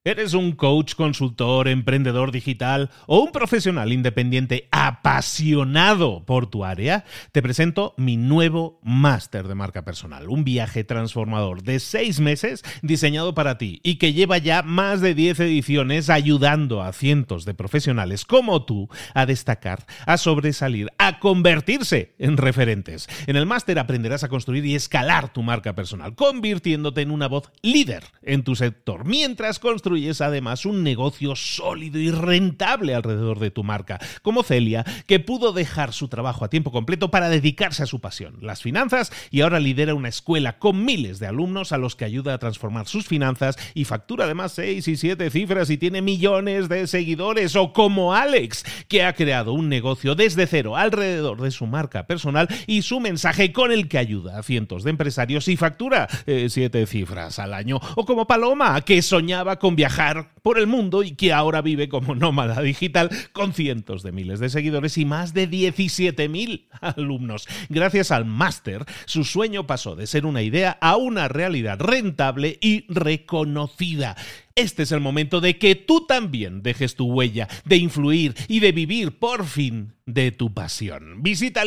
¿Eres un coach, consultor, emprendedor digital o un profesional independiente apasionado por tu área? Te presento mi nuevo máster de marca personal, un viaje transformador de 6 meses diseñado para ti y que lleva ya más de 10 ediciones ayudando a cientos de profesionales como tú a destacar, a sobresalir, a convertirse en referentes. En el máster aprenderás a construir y escalar tu marca personal, convirtiéndote en una voz líder en tu sector, mientras construyes además un negocio sólido y rentable alrededor de tu marca, como Celia, que pudo dejar su trabajo a tiempo completo para dedicarse a su pasión, las finanzas, y ahora lidera una escuela con miles de alumnos a los que ayuda a transformar sus finanzas y factura además 6 y 7 cifras y tiene millones de seguidores. O como Alex, que ha creado un negocio desde cero alrededor de su marca personal y su mensaje, con el que ayuda a cientos de empresarios y factura 7 cifras al año. O como Paloma, que soñaba con viajar por el mundo y que ahora vive como nómada digital con cientos de miles de seguidores y más de 17.000 alumnos. Gracias al máster, su sueño pasó de ser una idea a una realidad rentable y reconocida. Este es el momento de que tú también dejes tu huella, de influir y de vivir por fin de tu pasión. Visita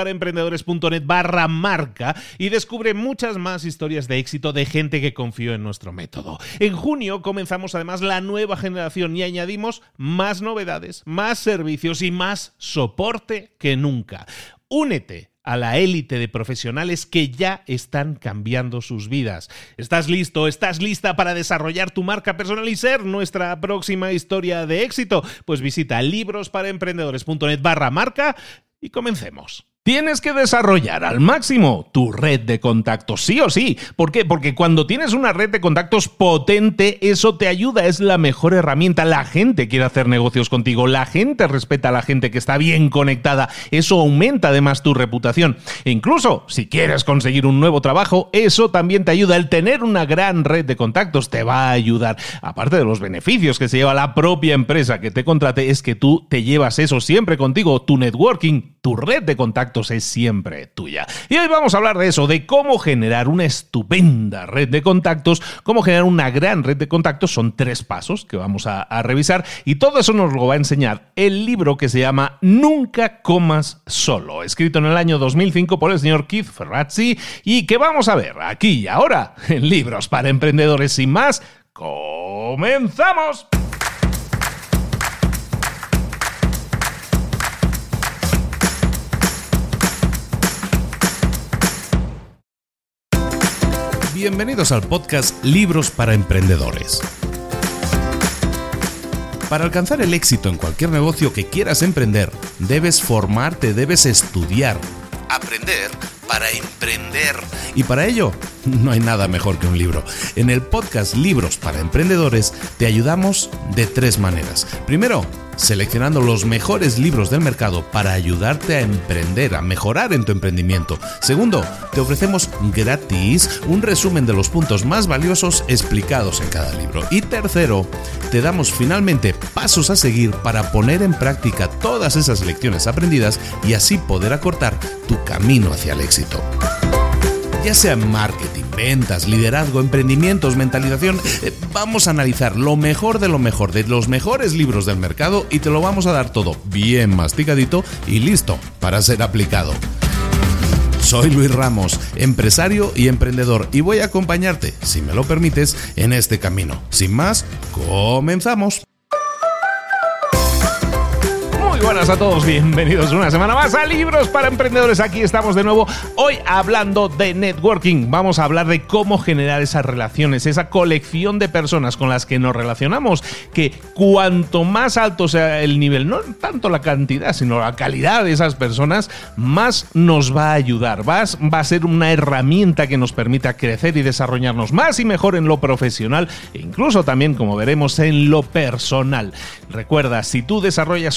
librosparaemprendedores.net/marca y descubre muchas más historias de éxito de gente que confió en nuestro método. En junio comenzamos además la nueva generación y añadimos más novedades, más servicios y más soporte que nunca. Únete a la élite de profesionales que ya están cambiando sus vidas. ¿Estás listo? ¿Estás lista para desarrollar tu marca personal y ser nuestra próxima historia de éxito? Pues visita librosparaemprendedores.net/marca y comencemos. Tienes que desarrollar al máximo tu red de contactos, sí o sí. ¿Por qué? Porque cuando tienes una red de contactos potente, eso te ayuda, es la mejor herramienta. La gente quiere hacer negocios contigo, la gente respeta a la gente que está bien conectada. Eso aumenta además tu reputación. E incluso, si quieres conseguir un nuevo trabajo, eso también te ayuda. El tener una gran red de contactos te va a ayudar. Aparte de los beneficios que se lleva la propia empresa que te contrate, es que tú te llevas eso siempre contigo. Tu networking, tu red de contactos es siempre tuya. Y hoy vamos a hablar de eso, de cómo generar una estupenda red de contactos, cómo generar una gran red de contactos. Son 3 pasos que vamos a revisar y todo eso nos lo va a enseñar el libro que se llama Nunca comas solo, escrito en el año 2005 por el señor Keith Ferrazzi y que vamos a ver aquí y ahora en Libros para Emprendedores. Sin más, ¡comenzamos! Bienvenidos al podcast Libros para Emprendedores. Para alcanzar el éxito en cualquier negocio que quieras emprender, debes formarte, debes estudiar, aprender para emprender. Y para ello, no hay nada mejor que un libro. En el podcast Libros para Emprendedores te ayudamos de 3 maneras. Primero, seleccionando los mejores libros del mercado para ayudarte a emprender, a mejorar en tu emprendimiento. Segundo, te ofrecemos gratis un resumen de los puntos más valiosos explicados en cada libro. Y tercero, te damos finalmente pasos a seguir para poner en práctica todas esas lecciones aprendidas y así poder acortar tu camino hacia el éxito. Ya sea marketing, ventas, liderazgo, emprendimientos, mentalización, vamos a analizar lo mejor de los mejores libros del mercado y te lo vamos a dar todo bien masticadito y listo para ser aplicado. Soy Luis Ramos, empresario y emprendedor, y voy a acompañarte, si me lo permites, en este camino. Sin más, comenzamos. Muy buenas a todos, bienvenidos una semana más a Libros para Emprendedores. Aquí estamos de nuevo, hoy hablando de networking. Vamos a hablar de cómo generar esas relaciones, esa colección de personas con las que nos relacionamos, que cuanto más alto sea el nivel, no tanto la cantidad, sino la calidad de esas personas, más nos va a ayudar. Va a ser una herramienta que nos permita crecer y desarrollarnos más y mejor en lo profesional e incluso también, como veremos, en lo personal. Recuerda, si tú desarrollas una gran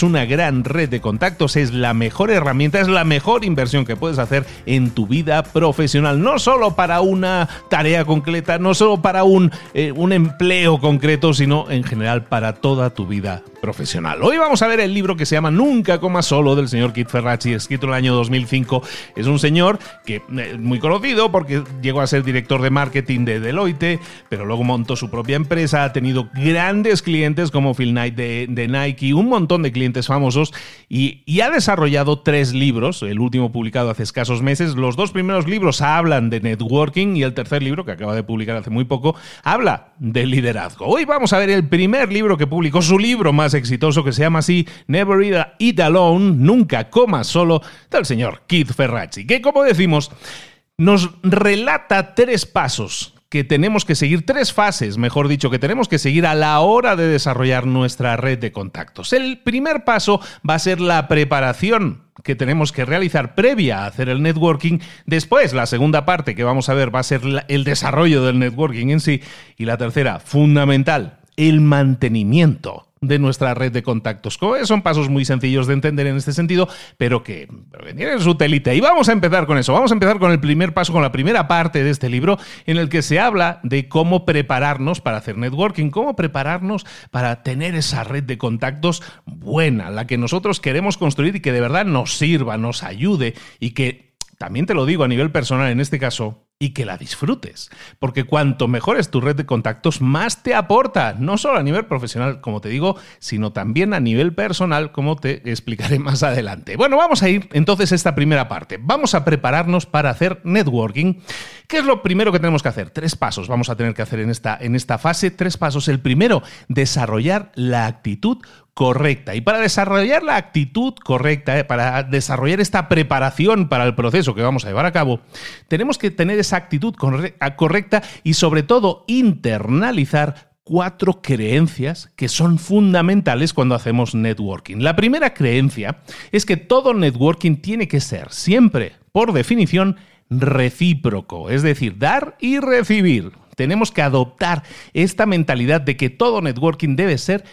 gran red de contactos es la mejor herramienta, es la mejor inversión que puedes hacer en tu vida profesional. No solo para una tarea concreta, no solo para un empleo concreto, sino en general para toda tu vida profesional. Hoy vamos a ver el libro que se llama Nunca comas solo, del señor Keith Ferrazzi, escrito en el año 2005. Es un señor que es muy conocido porque llegó a ser director de marketing de Deloitte, pero luego montó su propia empresa, ha tenido grandes clientes como Phil Knight de Nike, un montón de clientes famosos y ha desarrollado 3 libros, el último publicado hace escasos meses. Los 2 primeros libros hablan de networking y el tercer libro, que acaba de publicar hace muy poco, habla de liderazgo. Hoy vamos a ver el primer libro que publicó, su libro más exitoso, que se llama así, Never Eat Alone, Nunca comas solo, del señor Keith Ferrazzi, que, como decimos, nos relata 3 pasos que tenemos que seguir, 3 fases, mejor dicho, que tenemos que seguir a la hora de desarrollar nuestra red de contactos. El primer paso va a ser la preparación que tenemos que realizar previa a hacer el networking. Después, la segunda parte que vamos a ver va a ser el desarrollo del networking en sí. Y la tercera, fundamental, el mantenimiento de nuestra red de contactos. Son pasos muy sencillos de entender en este sentido, pero que tienen su telita. Y vamos a empezar con eso. Vamos a empezar con el primer paso, con la primera parte de este libro, en el que se habla de cómo prepararnos para hacer networking, cómo prepararnos para tener esa red de contactos buena, la que nosotros queremos construir y que de verdad nos sirva, nos ayude y que, también te lo digo a nivel personal en este caso, y que la disfrutes, porque cuanto mejor es tu red de contactos, más te aporta, no solo a nivel profesional, como te digo, sino también a nivel personal, como te explicaré más adelante. Bueno, vamos a ir entonces a esta primera parte. Vamos a prepararnos para hacer networking. ¿Qué es lo primero que tenemos que hacer? 3 pasos vamos a tener que hacer en esta fase. 3 pasos. El primero, desarrollar la actitud correcta. Y para desarrollar la actitud correcta, para desarrollar esta preparación para el proceso que vamos a llevar a cabo, tenemos que tener esa actitud correcta y, sobre todo, internalizar 4 creencias que son fundamentales cuando hacemos networking. La primera creencia es que todo networking tiene que ser siempre, por definición, recíproco, es decir, dar y recibir. Tenemos que adoptar esta mentalidad de que todo networking debe ser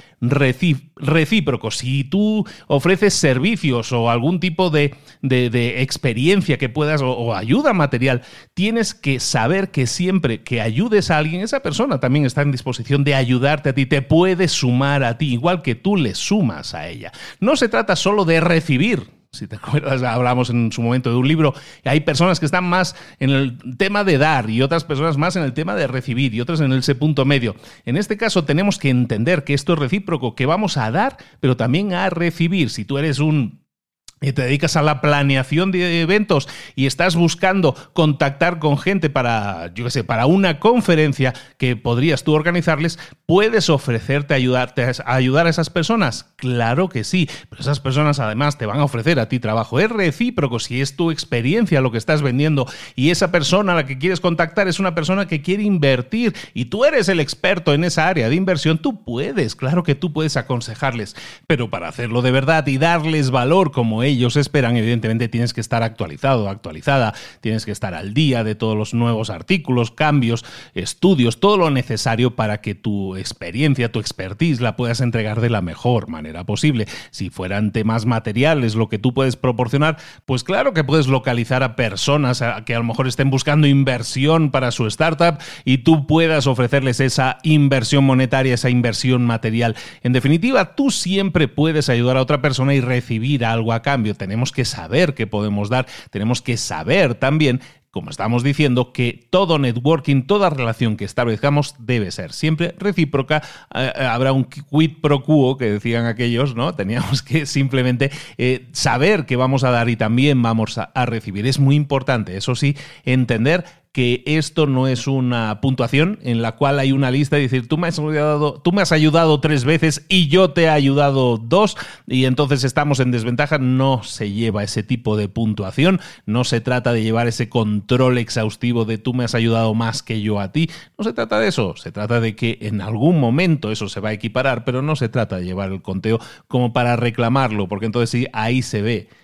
recíproco. Si tú ofreces servicios o algún tipo de experiencia que puedas o ayuda material, tienes que saber que siempre que ayudes a alguien, esa persona también está en disposición de ayudarte a ti, te puede sumar a ti, igual que tú le sumas a ella. No se trata solo de recibir. Si te acuerdas, hablamos en su momento de un libro, y hay personas que están más en el tema de dar y otras personas más en el tema de recibir y otras en ese punto medio. En este caso tenemos que entender que esto es recíproco, que vamos a dar, pero también a recibir. Si tú eres y te dedicas a la planeación de eventos y estás buscando contactar con gente para una conferencia que podrías tú organizarles, ¿puedes ofrecerte a ayudar a esas personas? Claro que sí, pero esas personas además te van a ofrecer a ti trabajo. Es recíproco. Si es tu experiencia lo que estás vendiendo y esa persona a la que quieres contactar es una persona que quiere invertir y tú eres el experto en esa área de inversión, claro que tú puedes aconsejarles, pero para hacerlo de verdad y darles valor como ellos esperan, evidentemente tienes que estar actualizada, tienes que estar al día de todos los nuevos artículos, cambios, estudios, todo lo necesario para que tu experiencia, tu expertise la puedas entregar de la mejor manera posible. Si fueran temas materiales lo que tú puedes proporcionar, pues claro que puedes localizar a personas que a lo mejor estén buscando inversión para su startup y tú puedas ofrecerles esa inversión monetaria, esa inversión material. En definitiva, tú siempre puedes ayudar a otra persona y recibir algo a cambio. Tenemos que saber qué podemos dar, tenemos que saber también, como estamos diciendo, que todo networking, toda relación que establezcamos debe ser siempre recíproca. Habrá un quid pro quo, que decían aquellos, ¿no? Teníamos que simplemente saber que vamos a dar y también vamos a recibir. Es muy importante, eso sí, entender que esto no es una puntuación en la cual hay una lista y decir, tú me has ayudado 3 veces y yo te he ayudado 2 y entonces estamos en desventaja. No se lleva ese tipo de puntuación, no se trata de llevar ese control exhaustivo de tú me has ayudado más que yo a ti. No se trata de eso, se trata de que en algún momento eso se va a equiparar, pero no se trata de llevar el conteo como para reclamarlo, porque entonces sí, ahí se ve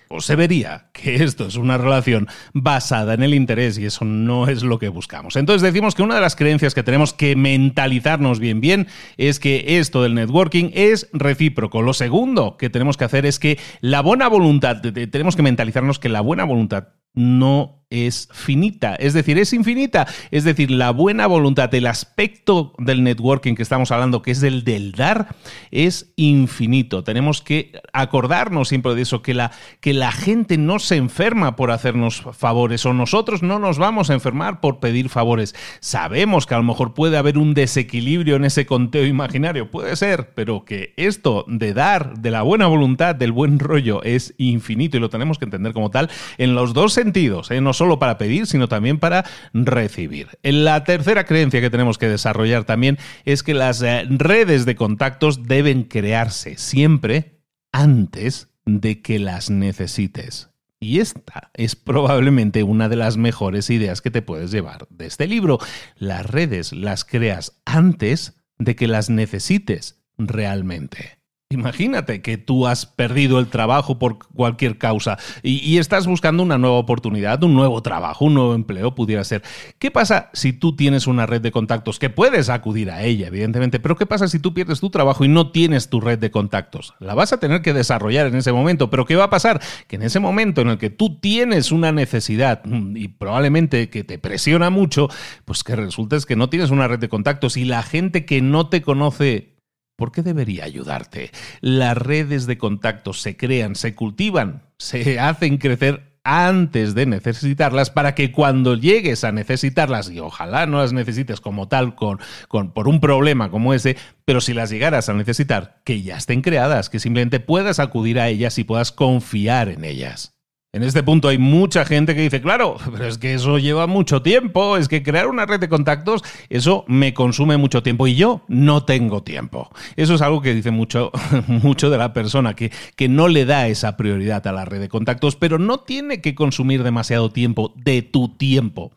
O se vería que esto es una relación basada en el interés y eso no es lo que buscamos. Entonces decimos que una de las creencias que tenemos que mentalizarnos bien es que esto del networking es recíproco. Lo segundo que tenemos que hacer es que la buena voluntad, tenemos que mentalizarnos que la buena voluntad no es finita, es decir, es infinita. Es decir, la buena voluntad, el aspecto del networking que estamos hablando, que es el del dar, es infinito. Tenemos que acordarnos siempre de eso, que la gente no se enferma por hacernos favores, o nosotros no nos vamos a enfermar por pedir favores. Sabemos que a lo mejor puede haber un desequilibrio en ese conteo imaginario, puede ser, pero que esto de dar, de la buena voluntad, del buen rollo, es infinito y lo tenemos que entender como tal en los dos sentidos, no solo para pedir, sino también para recibir. La tercera creencia que tenemos que desarrollar también es que las redes de contactos deben crearse siempre antes de que las necesites. Y esta es probablemente una de las mejores ideas que te puedes llevar de este libro. Las redes las creas antes de que las necesites realmente. Imagínate que tú has perdido el trabajo por cualquier causa y estás buscando una nueva oportunidad, un nuevo trabajo, un nuevo empleo, pudiera ser. ¿Qué pasa si tú tienes una red de contactos? Que puedes acudir a ella, evidentemente, pero ¿qué pasa si tú pierdes tu trabajo y no tienes tu red de contactos? La vas a tener que desarrollar en ese momento, pero ¿qué va a pasar? Que en ese momento en el que tú tienes una necesidad y probablemente que te presiona mucho, pues que resulta es que no tienes una red de contactos y la gente que no te conoce, ¿por qué debería ayudarte? Las redes de contactos se crean, se cultivan, se hacen crecer antes de necesitarlas para que cuando llegues a necesitarlas, y ojalá no las necesites como tal por un problema como ese, pero si las llegaras a necesitar, que ya estén creadas, que simplemente puedas acudir a ellas y puedas confiar en ellas. En este punto hay mucha gente que dice, claro, pero es que eso lleva mucho tiempo, es que crear una red de contactos, eso me consume mucho tiempo y yo no tengo tiempo. Eso es algo que dice mucho de la persona, que no le da esa prioridad a la red de contactos, pero no tiene que consumir demasiado tiempo de tu tiempo.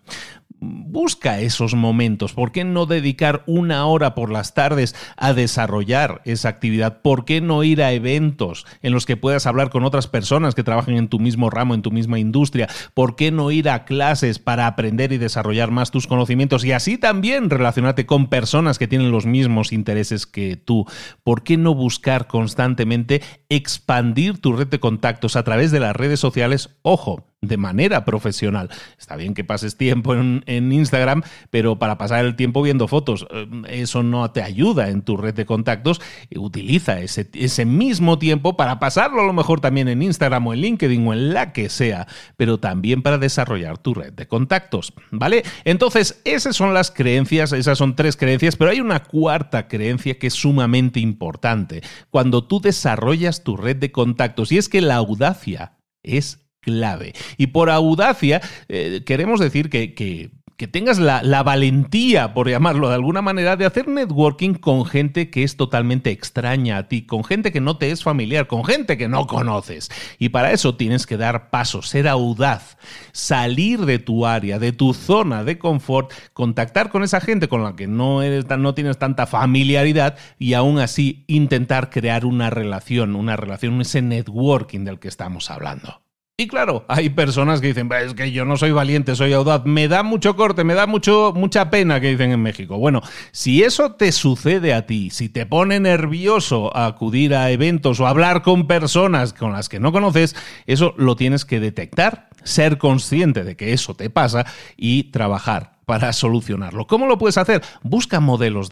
Busca esos momentos. ¿Por qué no dedicar una hora por las tardes a desarrollar esa actividad? ¿Por qué no ir a eventos en los que puedas hablar con otras personas que trabajan en tu mismo ramo, en tu misma industria? ¿Por qué no ir a clases para aprender y desarrollar más tus conocimientos y así también relacionarte con personas que tienen los mismos intereses que tú? ¿Por qué no buscar constantemente expandir tu red de contactos a través de las redes sociales? Ojo, de manera profesional. Está bien que pases tiempo en Instagram, pero para pasar el tiempo viendo fotos, eso no te ayuda en tu red de contactos. Utiliza ese mismo tiempo para pasarlo a lo mejor también en Instagram o en LinkedIn o en la que sea, pero también para desarrollar tu red de contactos, ¿vale? Entonces, esas son las creencias, esas son 3 creencias, pero hay una cuarta creencia que es sumamente importante cuando tú desarrollas tu red de contactos, y es que la audacia es clave. Y por audacia queremos decir que tengas la valentía, por llamarlo de alguna manera, de hacer networking con gente que es totalmente extraña a ti, con gente que no te es familiar, con gente que no conoces. Y para eso tienes que dar pasos, ser audaz, salir de tu área, de tu zona de confort, contactar con esa gente con la que no tienes tanta familiaridad y aún así intentar crear una relación, ese networking del que estamos hablando. Y claro, hay personas que dicen, es que yo no soy valiente, soy audaz, me da mucho corte, me da mucha pena, que dicen en México. Bueno, si eso te sucede a ti, si te pone nervioso acudir a eventos o hablar con personas con las que no conoces, eso lo tienes que detectar, ser consciente de que eso te pasa y trabajar para solucionarlo. ¿Cómo lo puedes hacer? Busca modelos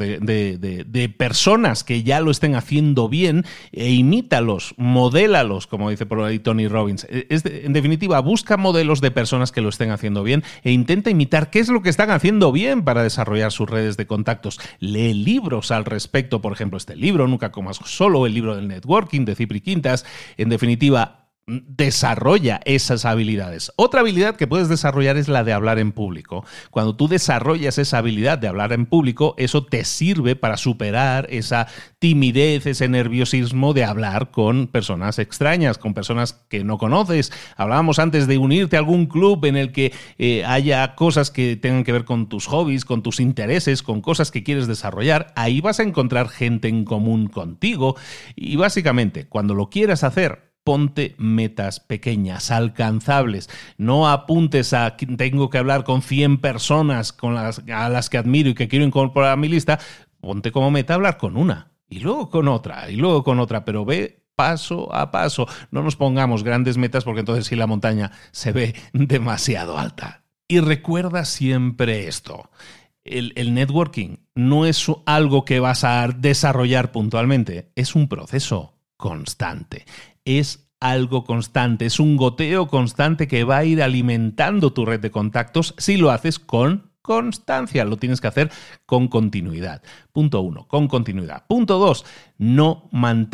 de personas que ya lo estén haciendo bien e imítalos, modélalos, como dice por ahí Tony Robbins. En definitiva, busca modelos de personas que lo estén haciendo bien e intenta imitar qué es lo que están haciendo bien para desarrollar sus redes de contactos. Lee libros al respecto, por ejemplo, este libro, Nunca comas solo, el libro del networking de Cipri Quintas. En definitiva, desarrolla esas habilidades. Otra habilidad que puedes desarrollar es la de hablar en público. Cuando tú desarrollas esa habilidad de hablar en público, eso te sirve para superar esa timidez, ese nerviosismo de hablar con personas extrañas, con personas que no conoces. Hablábamos antes de unirte a algún club en el que haya cosas que tengan que ver con tus hobbies, con tus intereses, con cosas que quieres desarrollar. Ahí vas a encontrar gente en común contigo y básicamente, cuando lo quieras hacer, ponte metas pequeñas, alcanzables. No apuntes a tengo que hablar con 100 personas a las que admiro y que quiero incorporar a mi lista. Ponte como meta hablar con una y luego con otra y luego con otra, pero ve paso a paso. No nos pongamos grandes metas porque entonces sí la montaña se ve demasiado alta. Y recuerda siempre esto. El networking no es algo que vas a desarrollar puntualmente, es un proceso constante. Es algo constante, es un goteo constante que va a ir alimentando tu red de contactos si lo haces con constancia. Lo tienes que hacer con continuidad. Punto 1, con continuidad. Punto 2, no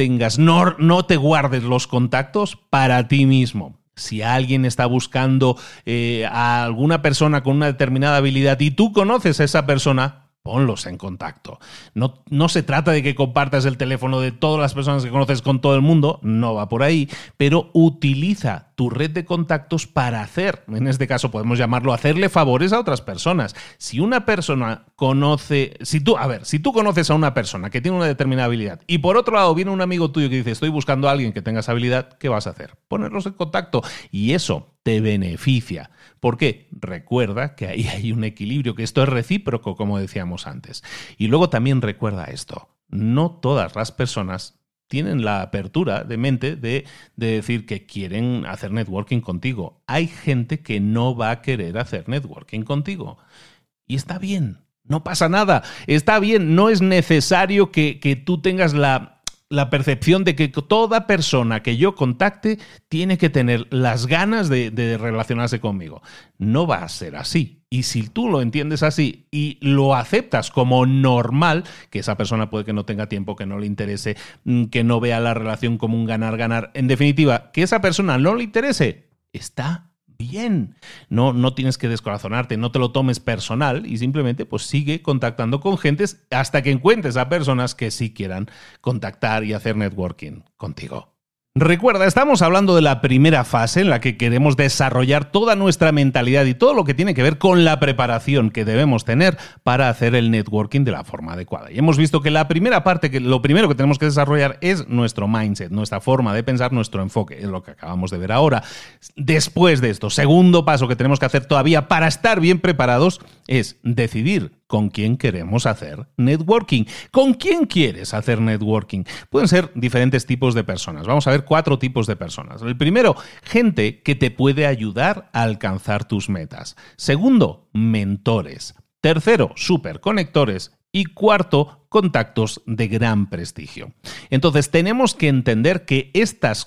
te guardes los contactos para ti mismo. Si alguien está buscando a alguna persona con una determinada habilidad y tú conoces a esa persona, ponlos en contacto. No se trata de que compartas el teléfono de todas las personas que conoces con todo el mundo, no va por ahí, pero utiliza tu red de contactos para hacer, en este caso podemos llamarlo hacerle favores a otras personas. Si una persona si tú conoces a una persona que tiene una determinada habilidad y por otro lado viene un amigo tuyo que dice estoy buscando a alguien que tenga esa habilidad, ¿qué vas a hacer? Ponerlos en contacto y eso te beneficia. ¿Por qué? Recuerda que ahí hay un equilibrio, que esto es recíproco, como decíamos antes. Y luego también recuerda esto, no todas las personas tienen la apertura de mente de decir que quieren hacer networking contigo. Hay gente que no va a querer hacer networking contigo. Y está bien, no pasa nada, está bien, no es necesario que tú tengas la percepción de que toda persona que yo contacte tiene que tener las ganas de relacionarse conmigo. No va a ser así. Y si tú lo entiendes así y lo aceptas como normal, que esa persona puede que no tenga tiempo, que no le interese, que no vea la relación como un ganar-ganar, en definitiva, que esa persona no le interese, está bien. No tienes que descorazonarte, no te lo tomes personal y simplemente pues sigue contactando con gentes hasta que encuentres a personas que sí quieran contactar y hacer networking contigo. Recuerda, estamos hablando de la primera fase en la que queremos desarrollar toda nuestra mentalidad y todo lo que tiene que ver con la preparación que debemos tener para hacer el networking de la forma adecuada. Y hemos visto que la primera parte, que lo primero que tenemos que desarrollar es nuestro mindset, nuestra forma de pensar, nuestro enfoque, es lo que acabamos de ver ahora. Después de esto, segundo paso que tenemos que hacer todavía para estar bien preparados es decidir con quién queremos hacer networking. ¿Con quién quieres hacer networking? Pueden ser diferentes tipos de personas. Vamos a ver 4 tipos de personas. El primero, gente que te puede ayudar a alcanzar tus metas. Segundo, mentores. Tercero, superconectores. Y cuarto, contactos de gran prestigio. Entonces, tenemos que entender que estos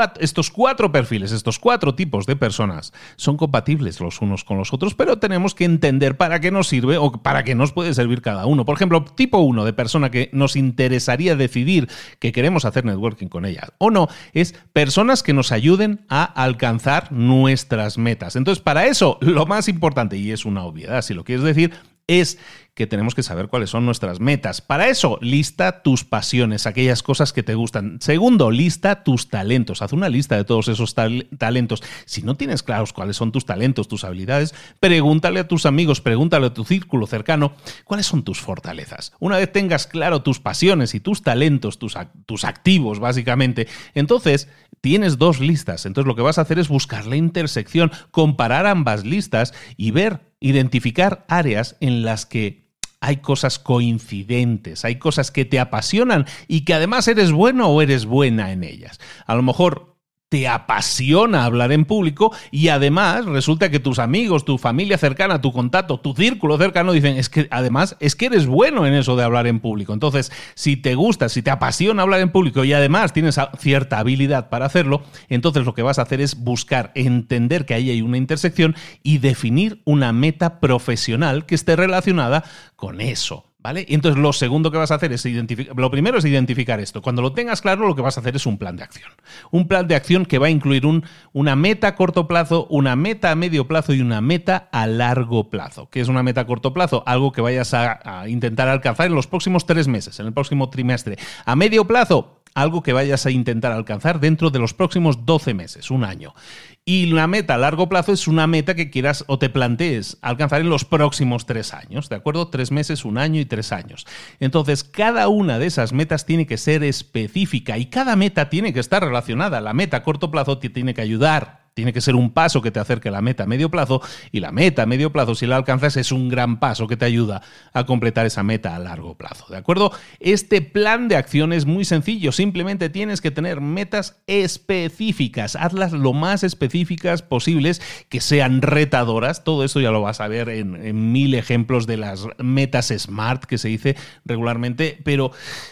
4 perfiles, estos 4 tipos de personas son compatibles los unos con los otros, pero tenemos que entender para qué nos sirve o para qué nos puede servir cada uno. Por ejemplo, tipo 1 de persona que nos interesaría decidir que queremos hacer networking con ellas o no, es personas que nos ayuden a alcanzar nuestras metas. Entonces, para eso, lo más importante, y es una obviedad si lo quieres decir, es que tenemos que saber cuáles son nuestras metas. Para eso, lista tus pasiones, aquellas cosas que te gustan. Segundo, lista tus talentos. Haz una lista de todos esos talentos. Si no tienes claros cuáles son tus talentos, tus habilidades, pregúntale a tus amigos, pregúntale a tu círculo cercano cuáles son tus fortalezas. Una vez tengas claro tus pasiones y tus talentos, tus activos, básicamente, entonces tienes 2 listas. Entonces lo que vas a hacer es buscar la intersección, comparar ambas listas y identificar áreas en las que hay cosas coincidentes, hay cosas que te apasionan y que además eres bueno o eres buena en ellas. A lo mejor te apasiona hablar en público y además resulta que tus amigos, tu familia cercana, tu contacto, tu círculo cercano dicen es que eres bueno en eso de hablar en público. Entonces, si te gusta, si te apasiona hablar en público y además tienes cierta habilidad para hacerlo, entonces lo que vas a hacer es buscar entender que ahí hay una intersección y definir una meta profesional que esté relacionada con eso. ¿Vale? Y entonces lo segundo que vas a hacer es lo primero es identificar esto. Cuando lo tengas claro, lo que vas a hacer es un plan de acción. Un plan de acción que va a incluir una meta a corto plazo, una meta a medio plazo y una meta a largo plazo. ¿Qué es una meta a corto plazo? Algo que vayas a intentar alcanzar en los próximos 3 meses, en el próximo trimestre. A medio plazo, algo que vayas a intentar alcanzar dentro de los próximos 12 meses, un año. Y una meta a largo plazo es una meta que quieras o te plantees alcanzar en los próximos 3 años, ¿de acuerdo? 3 meses, un año y 3 años. Entonces, cada una de esas metas tiene que ser específica y cada meta tiene que estar relacionada. La meta a corto plazo te tiene que ayudar. Tiene que ser un paso que te acerque a la meta a medio plazo, y la meta a medio plazo, si la alcanzas, es un gran paso que te ayuda a completar esa meta a largo plazo, ¿de acuerdo? Este plan de acción es muy sencillo, simplemente tienes que tener metas específicas, hazlas lo más específicas posibles, que sean retadoras. Todo esto ya lo vas a ver en 1000 ejemplos de las metas SMART que se dice regularmente, pero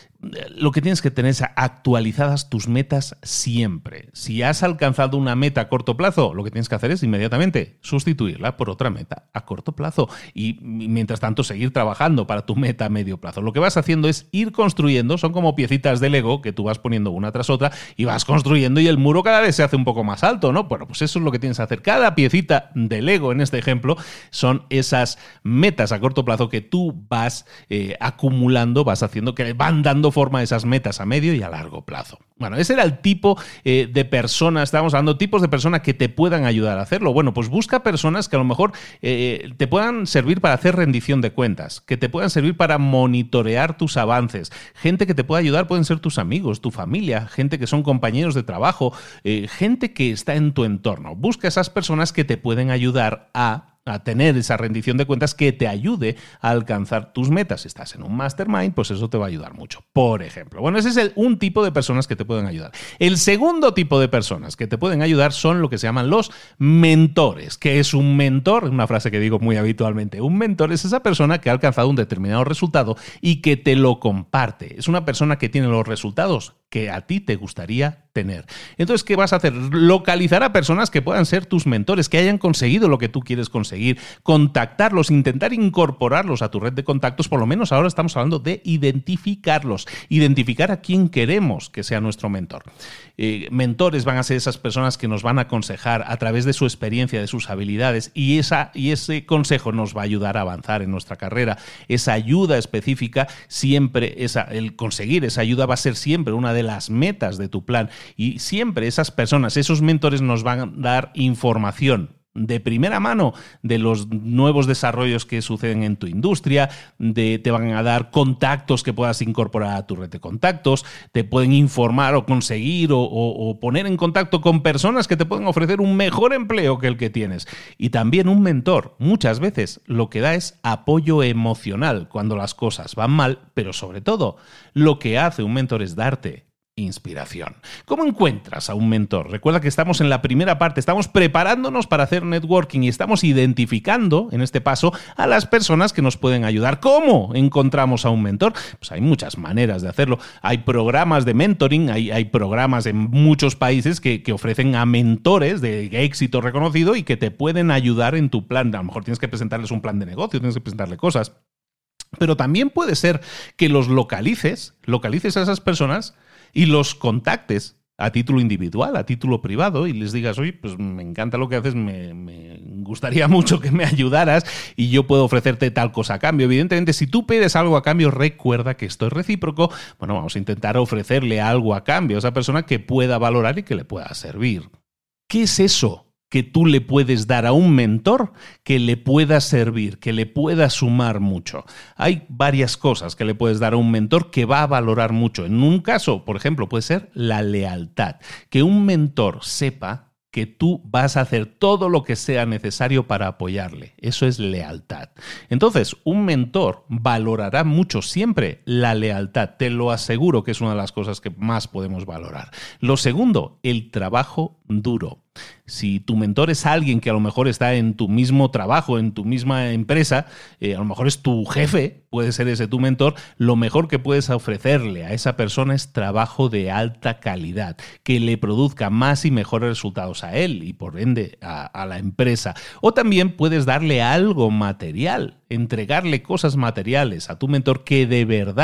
lo que tienes que tener es actualizadas tus metas siempre. Si has alcanzado una meta a corto plazo, lo que tienes que hacer es inmediatamente sustituirla por otra meta a corto plazo y mientras tanto seguir trabajando para tu meta a medio plazo. Lo que vas haciendo es ir construyendo, son como piecitas de Lego que tú vas poniendo una tras otra y vas construyendo y el muro cada vez se hace un poco más alto, ¿no? Bueno, pues eso es lo que tienes que hacer. Cada piecita de Lego en este ejemplo son esas metas a corto plazo que tú vas acumulando, vas haciendo que van dando forma a esas metas a medio y a largo plazo. Bueno, ese era el tipo de persona, estábamos hablando, tipos de personas que te puedan ayudar a hacerlo. Bueno, pues busca personas que a lo mejor te puedan servir para hacer rendición de cuentas, que te puedan servir para monitorear tus avances. Gente que te pueda ayudar pueden ser tus amigos, tu familia, gente que son compañeros de trabajo, gente que está en tu entorno. Busca esas personas que te pueden ayudar a tener esa rendición de cuentas que te ayude a alcanzar tus metas. Si estás en un mastermind, pues eso te va a ayudar mucho, por ejemplo. Bueno, ese es un tipo de personas que te pueden ayudar. El segundo tipo de personas que te pueden ayudar son lo que se llaman los mentores. ¿Qué es un mentor? Una frase que digo muy habitualmente. Un mentor es esa persona que ha alcanzado un determinado resultado y que te lo comparte. Es una persona que tiene los resultados que a ti te gustaría tener. Entonces, ¿qué vas a hacer? Localizar a personas que puedan ser tus mentores, que hayan conseguido lo que tú quieres conseguir, contactarlos, intentar incorporarlos a tu red de contactos. Por lo menos ahora estamos hablando de identificarlos, identificar a quién queremos que sea nuestro mentor. Mentores van a ser esas personas que nos van a aconsejar a través de su experiencia, de sus habilidades, y ese consejo nos va a ayudar a avanzar en nuestra carrera. Esa ayuda específica, siempre, el conseguir esa ayuda va a ser siempre una de las metas de tu plan, y siempre esas personas, esos mentores nos van a dar información de primera mano de los nuevos desarrollos que suceden en tu industria, te van a dar contactos que puedas incorporar a tu red de contactos, te pueden informar o conseguir o poner en contacto con personas que te pueden ofrecer un mejor empleo que el que tienes. Y también un mentor, muchas veces lo que da es apoyo emocional cuando las cosas van mal, pero sobre todo lo que hace un mentor es darte inspiración. ¿Cómo encuentras a un mentor? Recuerda que estamos en la primera parte, estamos preparándonos para hacer networking y estamos identificando en este paso a las personas que nos pueden ayudar. ¿Cómo encontramos a un mentor? Pues hay muchas maneras de hacerlo. Hay programas de mentoring, hay programas en muchos países que ofrecen a mentores de éxito reconocido y que te pueden ayudar en tu plan. A lo mejor tienes que presentarles un plan de negocio, tienes que presentarle cosas. Pero también puede ser que los localices a esas personas y los contactes a título individual, a título privado, y les digas, oye, pues me encanta lo que haces, me gustaría mucho que me ayudaras y yo puedo ofrecerte tal cosa a cambio. Evidentemente, si tú pides algo a cambio, recuerda que esto es recíproco. Bueno, vamos a intentar ofrecerle algo a cambio a esa persona que pueda valorar y que le pueda servir. ¿Qué es eso que tú le puedes dar a un mentor que le pueda servir, que le pueda sumar mucho? Hay varias cosas que le puedes dar a un mentor que va a valorar mucho. En un caso, por ejemplo, puede ser la lealtad. Que un mentor sepa que tú vas a hacer todo lo que sea necesario para apoyarle. Eso es lealtad. Entonces, un mentor valorará mucho siempre la lealtad. Te lo aseguro que es una de las cosas que más podemos valorar. Lo segundo, el trabajo duro. Si tu mentor es alguien que a lo mejor está en tu mismo trabajo, en tu misma empresa, a lo mejor es tu jefe, puede ser ese tu mentor, lo mejor que puedes ofrecerle a esa persona es trabajo de alta calidad, que le produzca más y mejores resultados a él y por ende a la empresa. O también puedes darle algo material, entregarle cosas materiales a tu mentor que de verdad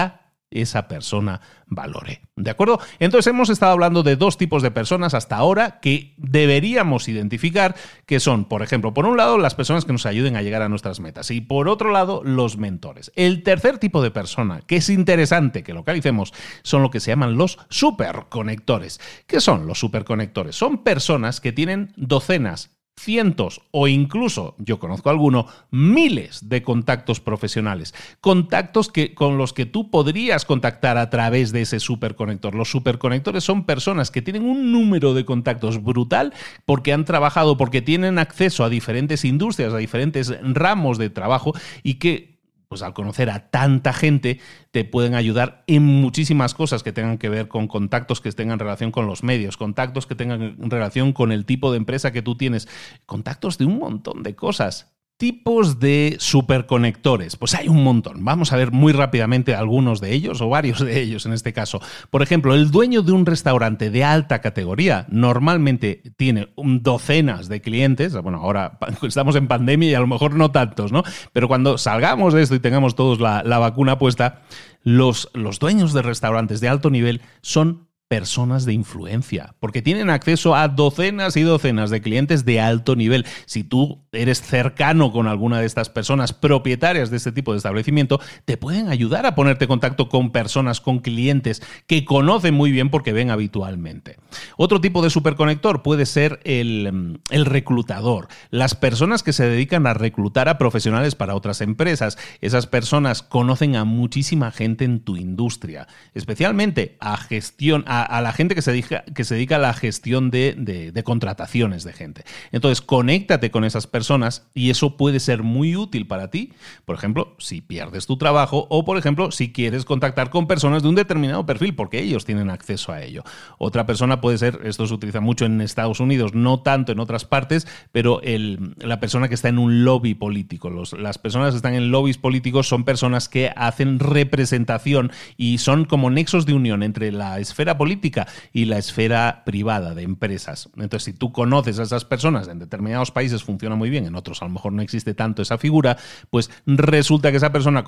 esa persona valore. ¿De acuerdo? Entonces hemos estado hablando de dos tipos de personas hasta ahora que deberíamos identificar, que son, por ejemplo, por un lado, las personas que nos ayuden a llegar a nuestras metas y por otro lado, los mentores. El tercer tipo de persona que es interesante que localicemos son lo que se llaman los superconectores. ¿Qué son los superconectores? Son personas que tienen docenas, cientos o incluso, yo conozco alguno, miles de contactos profesionales. Contactos con los que tú podrías contactar a través de ese superconector. Los superconectores son personas que tienen un número de contactos brutal porque han trabajado, porque tienen acceso a diferentes industrias, a diferentes ramos de trabajo y que pues al conocer a tanta gente te pueden ayudar en muchísimas cosas que tengan que ver con contactos que tengan relación con los medios, contactos que tengan relación con el tipo de empresa que tú tienes, contactos de un montón de cosas. Tipos de superconectores. Pues hay un montón. Vamos a ver muy rápidamente algunos de ellos o varios de ellos en este caso. Por ejemplo, el dueño de un restaurante de alta categoría normalmente tiene docenas de clientes. Bueno, ahora estamos en pandemia y a lo mejor no tantos, ¿no? Pero cuando salgamos de esto y tengamos todos la vacuna puesta, los dueños de restaurantes de alto nivel son personas de influencia, porque tienen acceso a docenas y docenas de clientes de alto nivel. Si tú eres cercano con alguna de estas personas propietarias de este tipo de establecimiento, te pueden ayudar a ponerte en contacto con personas, con clientes que conocen muy bien porque ven habitualmente. Otro tipo de superconector puede ser el reclutador. Las personas que se dedican a reclutar a profesionales para otras empresas. Esas personas conocen a muchísima gente en tu industria, especialmente a la gente que se dedica a la gestión de contrataciones de gente. Entonces, conéctate con esas personas y eso puede ser muy útil para ti. Por ejemplo, si pierdes tu trabajo o, por ejemplo, si quieres contactar con personas de un determinado perfil porque ellos tienen acceso a ello. Otra persona puede ser, esto se utiliza mucho en Estados Unidos, no tanto en otras partes, pero la persona que está en un lobby político. Las personas que están en lobbies políticos son personas que hacen representación y son como nexos de unión entre la esfera política y la esfera privada de empresas. Entonces, si tú conoces a esas personas, en determinados países funciona muy bien, en otros a lo mejor no existe tanto esa figura, pues resulta que esa persona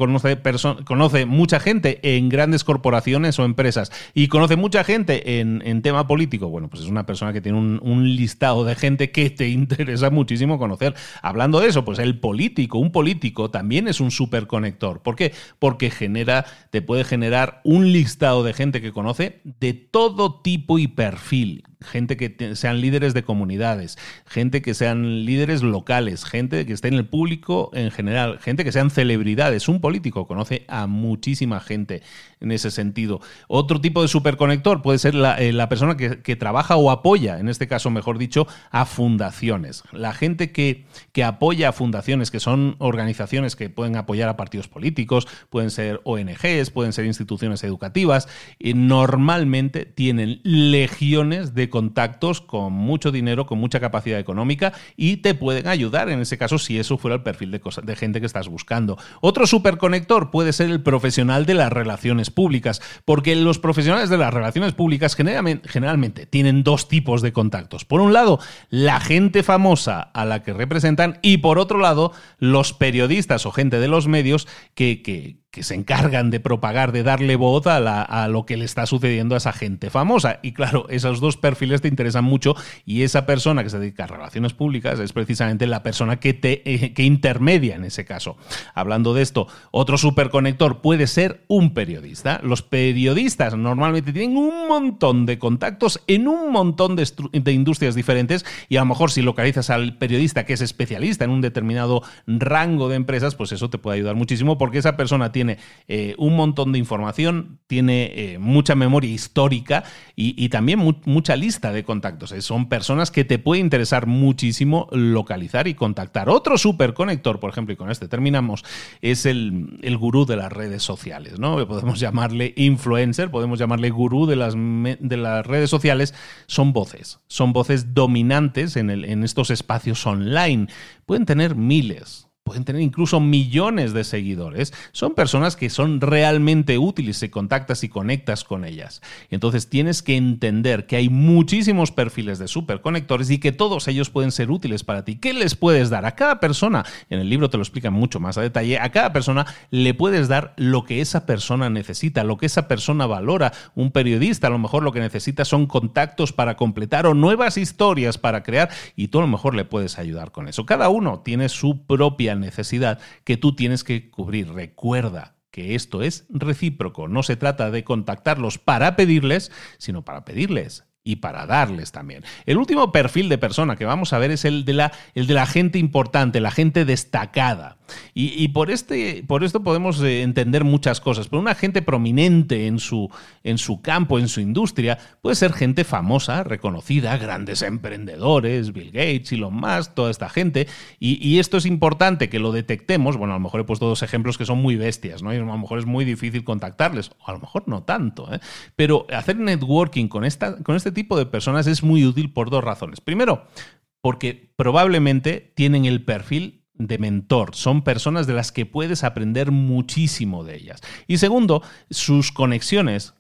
conoce mucha gente en grandes corporaciones o empresas y conoce mucha gente en tema político. Bueno, pues es una persona que tiene un listado de gente que te interesa muchísimo conocer. Hablando de eso, pues un político también es un superconector. ¿Por qué? Porque te puede generar un listado de gente que conoce de todo tipo y perfil. Gente que sean líderes de comunidades, gente que sean líderes locales, gente que esté en el público en general, gente que sean celebridades. Un político conoce a muchísima gente en ese sentido. Otro tipo de superconector puede ser la persona que trabaja o apoya, en este caso, mejor dicho, a fundaciones. La gente que apoya a fundaciones, que son organizaciones que pueden apoyar a partidos políticos, pueden ser ONGs, pueden ser instituciones educativas, y normalmente tienen legiones de contactos con mucho dinero, con mucha capacidad económica y te pueden ayudar en ese caso si eso fuera el perfil de gente que estás buscando. Otro superconector puede ser el profesional de las relaciones públicas, porque los profesionales de las relaciones públicas generalmente tienen dos tipos de contactos. Por un lado, la gente famosa a la que representan y por otro lado, los periodistas o gente de los medios que se encargan de propagar, de darle voz a lo que le está sucediendo a esa gente famosa. Y claro, esos dos perfiles te interesan mucho y esa persona que se dedica a relaciones públicas es precisamente la persona que intermedia en ese caso. Hablando de esto, otro superconector puede ser un periodista. Los periodistas normalmente tienen un montón de contactos en un montón de industrias diferentes y a lo mejor si localizas al periodista que es especialista en un determinado rango de empresas, pues eso te puede ayudar muchísimo porque esa persona tiene un montón de información, tiene mucha memoria histórica y también mucha lista de contactos. Son personas que te puede interesar muchísimo localizar y contactar. Otro superconector, por ejemplo, y con este terminamos, es el gurú de las redes sociales, ¿no? Podemos llamarle influencer, podemos llamarle gurú de las redes sociales. Son voces dominantes en estos espacios online. Pueden tener miles pueden tener incluso millones de seguidores, son personas que son realmente útiles si contactas y conectas con ellas. Entonces tienes que entender que hay muchísimos perfiles de superconectores y que todos ellos pueden ser útiles para ti. ¿Qué les puedes dar? A cada persona, en el libro te lo explican mucho más a detalle, a cada persona le puedes dar lo que esa persona necesita, lo que esa persona valora. Un periodista a lo mejor lo que necesita son contactos para completar o nuevas historias para crear, y tú a lo mejor le puedes ayudar con eso. Cada uno tiene su propia necesidad que tú tienes que cubrir. Recuerda que esto es recíproco. No se trata de contactarlos para pedirles, sino para pedirles y para darles también. El último perfil de persona que vamos a ver es el de la gente importante, la gente destacada. Y por esto podemos entender muchas cosas. Pero una gente prominente en su campo, en su industria, puede ser gente famosa, reconocida, grandes emprendedores, Bill Gates, Elon Musk, toda esta gente. Y esto es importante que lo detectemos. Bueno, a lo mejor he puesto dos ejemplos que son muy bestias, ¿no? Y a lo mejor es muy difícil contactarles, o a lo mejor no tanto, ¿eh? Pero hacer networking con este tipo de personas es muy útil por dos razones. Primero, porque probablemente tienen el perfil de mentor, son personas de las que puedes aprender muchísimo de ellas. Y segundo, sus conexiones,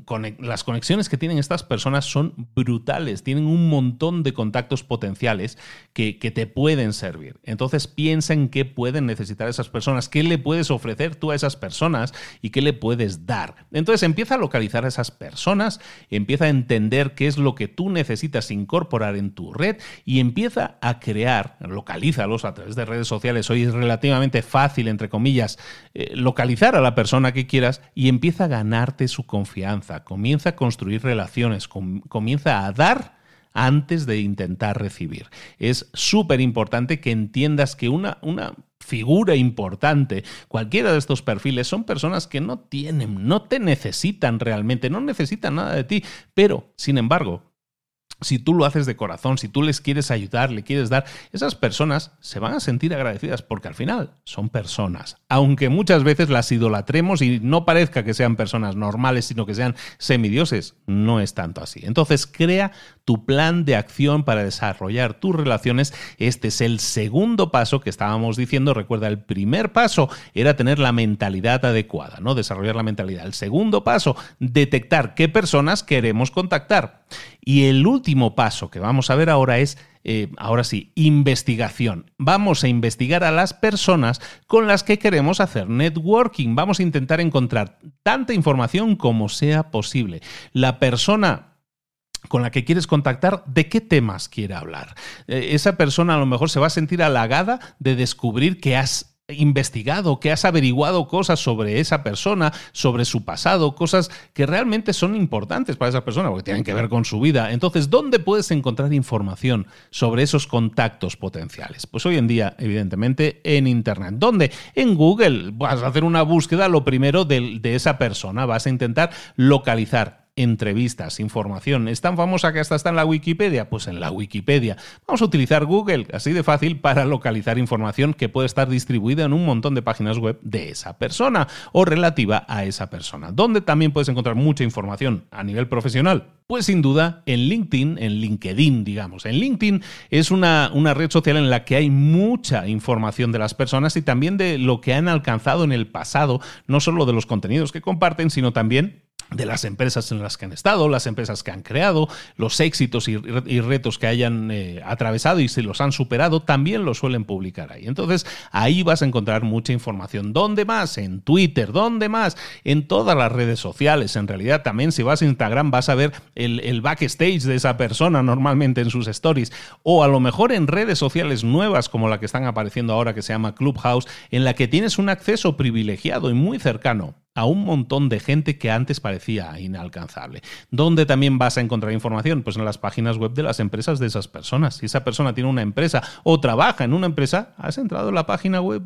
las conexiones que tienen estas personas son brutales, tienen un montón de contactos potenciales que te pueden servir. Entonces piensa en qué pueden necesitar esas personas, qué le puedes ofrecer tú a esas personas y qué le puedes dar. Entonces empieza a localizar a esas personas, empieza a entender qué es lo que tú necesitas incorporar en tu red y empieza a crear, localízalos a través de redes sociales. Hoy es relativamente fácil, entre comillas, localizar a la persona que quieras y empieza a ganarte su confianza. Comienza a construir relaciones, comienza a dar antes de intentar recibir. Es súper importante que entiendas que una figura importante, cualquiera de estos perfiles, son personas que no te necesitan realmente, no necesitan nada de ti, pero, sin embargo, si tú lo haces de corazón, si tú les quieres ayudar, le quieres dar, esas personas se van a sentir agradecidas porque al final son personas. Aunque muchas veces las idolatremos y no parezca que sean personas normales, sino que sean semidioses, no es tanto así. Entonces, crea tu plan de acción para desarrollar tus relaciones. Este es el segundo paso que estábamos diciendo. Recuerda, el primer paso era tener la mentalidad adecuada, ¿no? Desarrollar la mentalidad. El segundo paso, detectar qué personas queremos contactar. Y el último paso que vamos a ver ahora es, ahora sí, investigación. Vamos a investigar a las personas con las que queremos hacer networking. Vamos a intentar encontrar tanta información como sea posible. La persona con la que quieres contactar, ¿de qué temas quiere hablar? Esa persona a lo mejor se va a sentir halagada de descubrir que has investigado, que has averiguado cosas sobre esa persona, sobre su pasado, cosas que realmente son importantes para esa persona porque tienen que ver con su vida. Entonces, ¿dónde puedes encontrar información sobre esos contactos potenciales? Pues hoy en día, evidentemente, en Internet. ¿Dónde? En Google. Vas a hacer una búsqueda, lo primero, de esa persona. Vas a intentar localizar entrevistas, información. ¿Es tan famosa que hasta está en la Wikipedia? Pues en la Wikipedia. Vamos a utilizar Google, así de fácil, para localizar información que puede estar distribuida en un montón de páginas web de esa persona o relativa a esa persona. ¿Dónde también puedes encontrar mucha información a nivel profesional? Pues sin duda en LinkedIn, digamos. En LinkedIn es una red social en la que hay mucha información de las personas y también de lo que han alcanzado en el pasado, no solo de los contenidos que comparten, sino también de las empresas en las que han estado, las empresas que han creado, los éxitos y retos que hayan atravesado y si los han superado, también los suelen publicar ahí. Entonces, ahí vas a encontrar mucha información. ¿Dónde más? En Twitter. ¿Dónde más? En todas las redes sociales. En realidad, también si vas a Instagram vas a ver el backstage de esa persona normalmente en sus stories. O a lo mejor en redes sociales nuevas como la que están apareciendo ahora, que se llama Clubhouse, en la que tienes un acceso privilegiado y muy cercano a un montón de gente que antes parecía inalcanzable. ¿Dónde también vas a encontrar información? Pues en las páginas web de las empresas de esas personas. Si esa persona tiene una empresa o trabaja en una empresa, has entrado en la página web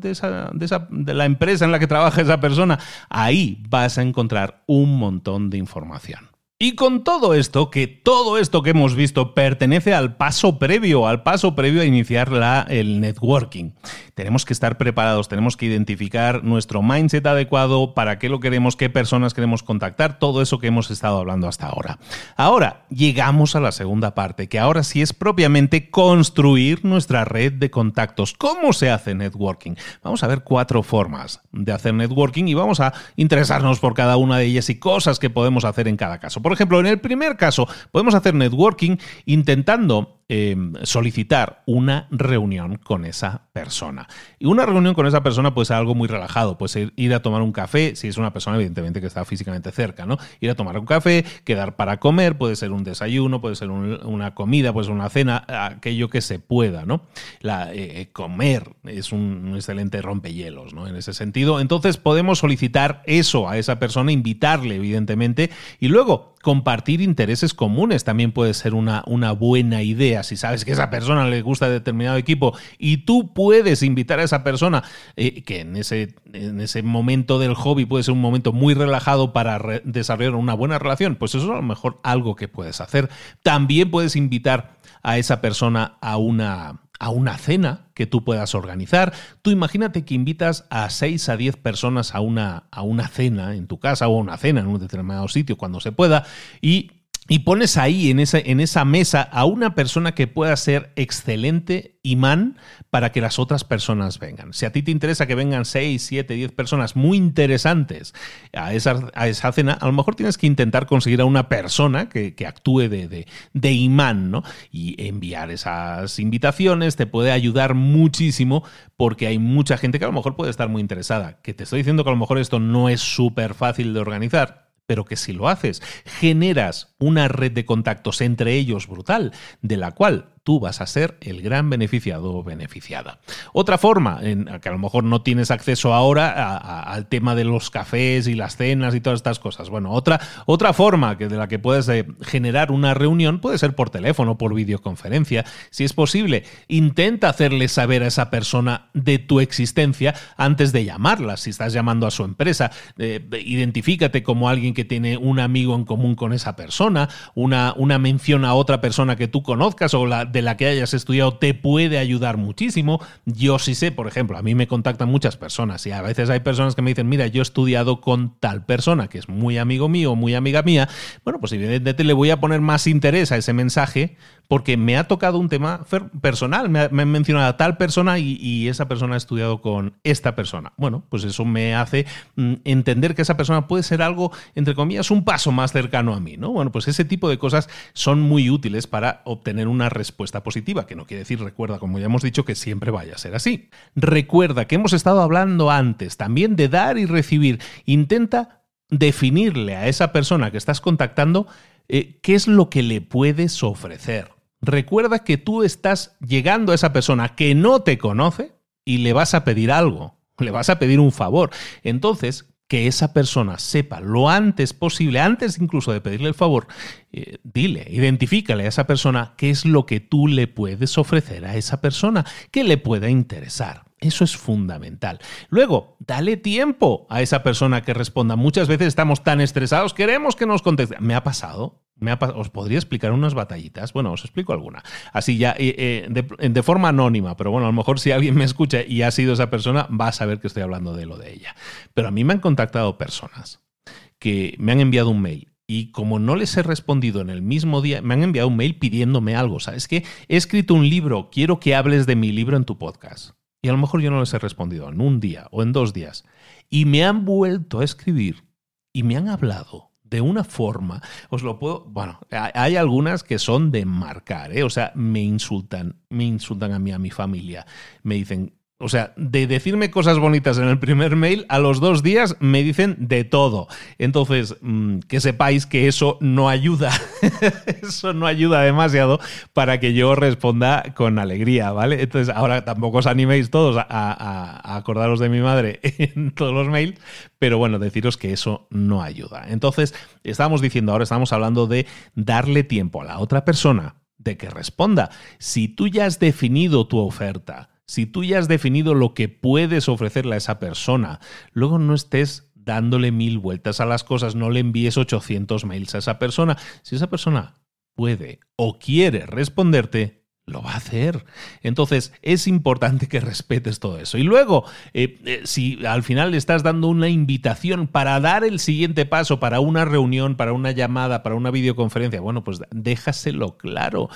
de la empresa en la que trabaja esa persona. Ahí vas a encontrar un montón de información. Y con todo esto que hemos visto pertenece al paso previo a iniciar el networking. Tenemos que estar preparados, tenemos que identificar nuestro mindset adecuado, para qué lo queremos, qué personas queremos contactar, todo eso que hemos estado hablando hasta ahora. Ahora llegamos a la segunda parte, que ahora sí es propiamente construir nuestra red de contactos. ¿Cómo se hace networking? Vamos a ver 4 formas de hacer networking y vamos a interesarnos por cada una de ellas y cosas que podemos hacer en cada caso. Por ejemplo, en el primer caso, podemos hacer networking intentando solicitar una reunión con esa persona. Y una reunión con esa persona puede ser algo muy relajado, puede ser ir a tomar un café, si es una persona evidentemente que está físicamente cerca, ¿no? Ir a tomar un café, quedar para comer, puede ser un desayuno, puede ser una comida, puede ser una cena, aquello que se pueda, ¿no? Comer es un excelente rompehielos, ¿no? En ese sentido, entonces podemos solicitar eso a esa persona, invitarle evidentemente, y luego compartir intereses comunes también puede ser una buena idea. Si sabes que a esa persona le gusta determinado equipo y tú puedes invitar a esa persona, que en ese momento del hobby puede ser un momento muy relajado para desarrollar una buena relación, pues eso es a lo mejor algo que puedes hacer. También puedes invitar a esa persona a una cena que tú puedas organizar. Tú imagínate que invitas a 6 a 10 personas a una cena en tu casa o a una cena en un determinado sitio cuando se pueda y pones ahí en esa mesa a una persona que pueda ser excelente imán para que las otras personas vengan. Si a ti te interesa que vengan 6, 7, 10 personas muy interesantes a esa cena, a lo mejor tienes que intentar conseguir a una persona que actúe de imán, ¿no? Y enviar esas invitaciones te puede ayudar muchísimo porque hay mucha gente que a lo mejor puede estar muy interesada. Que te estoy diciendo que a lo mejor esto no es súper fácil de organizar, pero que si lo haces, generas una red de contactos entre ellos brutal, de la cual tú vas a ser el gran beneficiado o beneficiada. Otra forma, que a lo mejor no tienes acceso ahora al tema de los cafés y las cenas y todas estas cosas. Bueno, otra forma de la que puedes generar una reunión puede ser por teléfono, por videoconferencia. Si es posible, intenta hacerle saber a esa persona de tu existencia antes de llamarla. Si estás llamando a su empresa, identifícate como alguien que tiene un amigo en común con esa persona, una mención a otra persona que tú conozcas o de la que hayas estudiado te puede ayudar muchísimo. Yo sí sé, por ejemplo, a mí me contactan muchas personas y a veces hay personas que me dicen, mira, yo he estudiado con tal persona que es muy amigo mío, muy amiga mía. Bueno, pues evidentemente le voy a poner más interés a ese mensaje porque me ha tocado un tema personal, me han mencionado a tal persona y esa persona ha estudiado con esta persona. Bueno, pues eso me hace entender que esa persona puede ser algo, entre comillas, un paso más cercano a mí, ¿no? Bueno, pues ese tipo de cosas son muy útiles para obtener una respuesta positiva, que no quiere decir, recuerda, como ya hemos dicho, que siempre vaya a ser así. Recuerda que hemos estado hablando antes también de dar y recibir. Intenta definirle a esa persona que estás contactando qué es lo que le puedes ofrecer. Recuerda que tú estás llegando a esa persona que no te conoce y le vas a pedir algo, le vas a pedir un favor. Entonces, que esa persona sepa lo antes posible, antes incluso de pedirle el favor, identifícale a esa persona qué es lo que tú le puedes ofrecer a esa persona, que le pueda interesar. Eso es fundamental. Luego, dale tiempo a esa persona que responda. Muchas veces estamos tan estresados, queremos que nos conteste. Me ha pasado. ¿Os podría explicar unas batallitas? Bueno, os explico alguna. Así ya, de forma anónima, pero bueno, a lo mejor si alguien me escucha y ha sido esa persona, va a saber que estoy hablando de lo de ella. Pero a mí me han contactado personas que me han enviado un mail y como no les he respondido en el mismo día, me han enviado un mail pidiéndome algo. ¿Sabes qué? He escrito un libro, quiero que hables de mi libro en tu podcast. Y a lo mejor yo no les he respondido en un día o en 2 días. Y me han vuelto a escribir y me han hablado de una forma, bueno, hay algunas que son de marcar, o sea, me insultan a mí, a mi familia, me dicen, o sea, de decirme cosas bonitas en el primer mail, a los 2 días me dicen de todo. Entonces, que sepáis que eso no ayuda, eso no ayuda demasiado para que yo responda con alegría, ¿vale? Entonces, ahora tampoco os animéis todos a acordaros de mi madre en todos los mails, pero bueno, deciros que eso no ayuda. Entonces, ahora estamos hablando de darle tiempo a la otra persona de que responda. Si tú ya has definido tu oferta, si tú ya has definido lo que puedes ofrecerle a esa persona, luego no estés dándole 1000 vueltas a las cosas. No le envíes 800 mails a esa persona. Si esa persona puede o quiere responderte, lo va a hacer. Entonces, es importante que respetes todo eso. Y luego, si al final le estás dando una invitación para dar el siguiente paso, para una reunión, para una llamada, para una videoconferencia, bueno, pues déjaselo claro.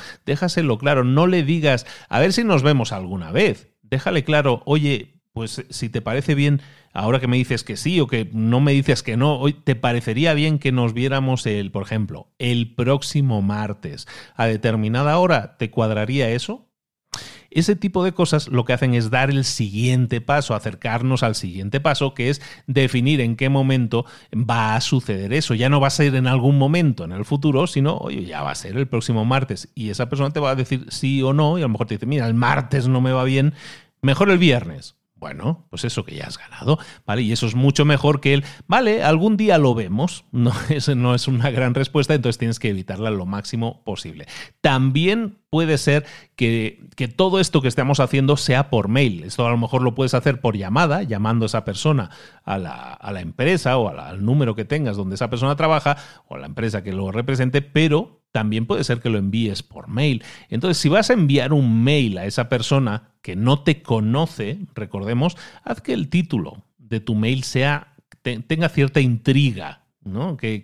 No le digas, a ver si nos vemos alguna vez. Déjale claro, oye, pues si te parece bien, ahora que me dices que sí o que no me dices que no, hoy ¿te parecería bien que nos viéramos por ejemplo, el próximo martes a determinada hora? ¿Te cuadraría eso? Ese tipo de cosas lo que hacen es dar el siguiente paso, acercarnos al siguiente paso, que es definir en qué momento va a suceder eso. Ya no va a ser en algún momento en el futuro, sino, oye, ya va a ser el próximo martes. Y esa persona te va a decir sí o no, y a lo mejor te dice, mira, el martes no me va bien, mejor el viernes. Bueno, pues eso que ya has ganado, ¿vale? Y eso es mucho mejor que vale, algún día lo vemos. No, eso no es una gran respuesta, entonces tienes que evitarla lo máximo posible. También puede ser que todo esto que estamos haciendo sea por mail. Esto a lo mejor lo puedes hacer por llamada, llamando a esa persona a la empresa o al número que tengas donde esa persona trabaja o a la empresa que lo represente, pero también puede ser que lo envíes por mail. Entonces, si vas a enviar un mail a esa persona que no te conoce, recordemos, haz que el título de tu mail tenga cierta intriga, ¿no? Y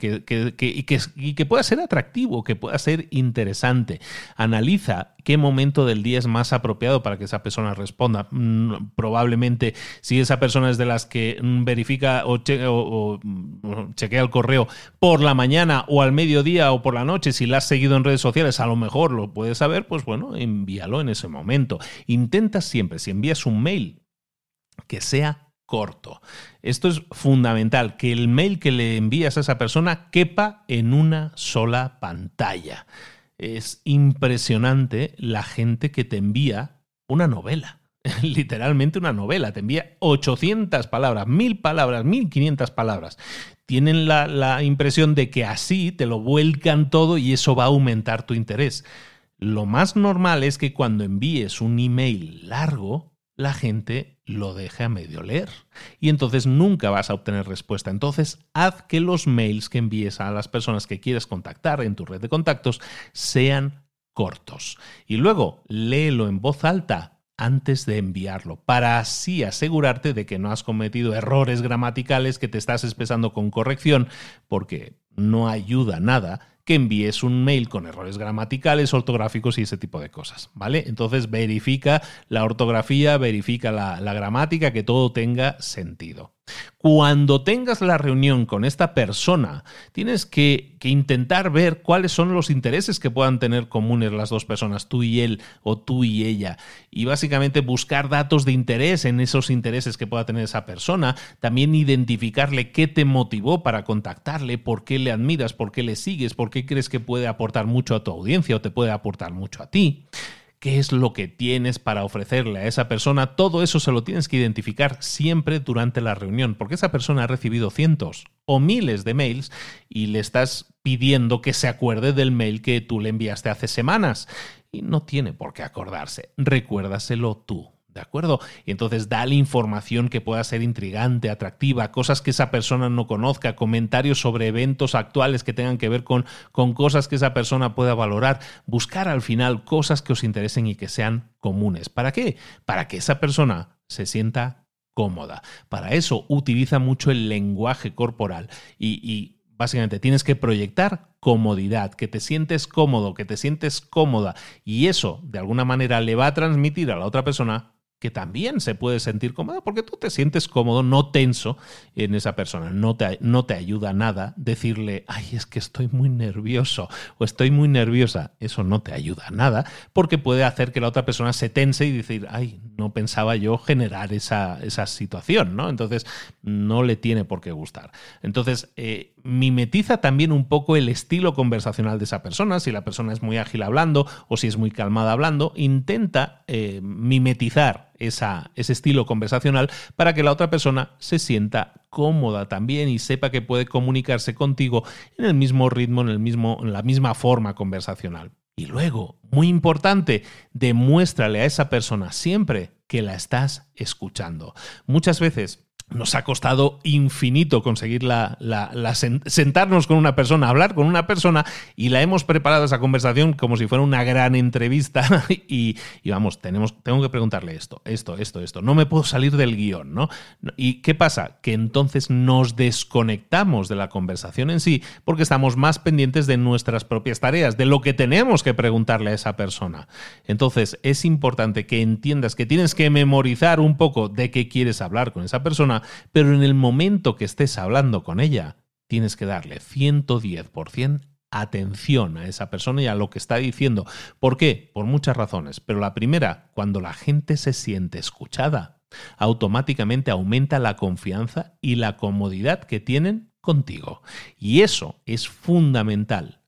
que pueda ser atractivo, que pueda ser interesante. Analiza qué momento del día es más apropiado para que esa persona responda. Probablemente, si esa persona es de las que verifica o chequea el correo por la mañana o al mediodía o por la noche, si la has seguido en redes sociales, a lo mejor lo puedes saber, pues bueno, envíalo en ese momento. Intenta siempre, si envías un mail, que sea corto. Esto es fundamental, que el mail que le envías a esa persona quepa en una sola pantalla. Es impresionante la gente que te envía una novela, literalmente una novela, te envía 800 palabras, 1000 palabras, 1500 palabras. Tienen la impresión de que así te lo vuelcan todo y eso va a aumentar tu interés. Lo más normal es que cuando envíes un email largo, la gente lo deje a medio leer y entonces nunca vas a obtener respuesta. Entonces, haz que los mails que envíes a las personas que quieres contactar en tu red de contactos sean cortos. Y luego, léelo en voz alta antes de enviarlo, para así asegurarte de que no has cometido errores gramaticales, que te estás expresando con corrección, porque no ayuda nada que envíes un mail con errores gramaticales, ortográficos y ese tipo de cosas, ¿vale? Entonces verifica la ortografía, verifica la gramática, que todo tenga sentido. Cuando tengas la reunión con esta persona, tienes que intentar ver cuáles son los intereses que puedan tener comunes las dos personas, tú y él o tú y ella, y básicamente buscar datos de interés en esos intereses que pueda tener esa persona, también identificarle qué te motivó para contactarle, por qué le admiras, por qué le sigues, por qué crees que puede aportar mucho a tu audiencia o te puede aportar mucho a ti. ¿Qué es lo que tienes para ofrecerle a esa persona? Todo eso se lo tienes que identificar siempre durante la reunión, porque esa persona ha recibido cientos o miles de mails y le estás pidiendo que se acuerde del mail que tú le enviaste hace semanas. Y no tiene por qué acordarse. Recuérdaselo tú. ¿De acuerdo? Y entonces dale información que pueda ser intrigante, atractiva, cosas que esa persona no conozca, comentarios sobre eventos actuales que tengan que ver con cosas que esa persona pueda valorar. Buscar al final cosas que os interesen y que sean comunes. ¿Para qué? Para que esa persona se sienta cómoda. Para eso utiliza mucho el lenguaje corporal y básicamente tienes que proyectar comodidad, que te sientes cómodo, que te sientes cómoda y eso de alguna manera le va a transmitir a la otra persona que también se puede sentir cómoda porque tú te sientes cómodo, no tenso en esa persona. No te ayuda nada decirle, ay, es que estoy muy nervioso o estoy muy nerviosa. Eso no te ayuda nada porque puede hacer que la otra persona se tense y decir, ay, no pensaba yo generar esa situación, ¿no? Entonces, no le tiene por qué gustar. Entonces, mimetiza también un poco el estilo conversacional de esa persona. Si la persona es muy ágil hablando o si es muy calmada hablando, intenta mimetizar ese estilo conversacional para que la otra persona se sienta cómoda también y sepa que puede comunicarse contigo en el mismo ritmo, en la misma forma conversacional. Y luego, muy importante, demuéstrale a esa persona siempre que la estás escuchando. Muchas veces nos ha costado infinito conseguir sentarnos con una persona, hablar con una persona, y la hemos preparado esa conversación como si fuera una gran entrevista y vamos, tengo que preguntarle esto. No me puedo salir del guión, ¿no? ¿Y qué pasa? Que entonces nos desconectamos de la conversación en sí porque estamos más pendientes de nuestras propias tareas, de lo que tenemos que preguntarle a esa persona. Entonces es importante que entiendas que tienes que memorizar un poco de qué quieres hablar con esa persona, pero en el momento que estés hablando con ella, tienes que darle 110% atención a esa persona y a lo que está diciendo. ¿Por qué? Por muchas razones, pero la primera, cuando la gente se siente escuchada, automáticamente aumenta la confianza y la comodidad que tienen contigo. Y eso es fundamental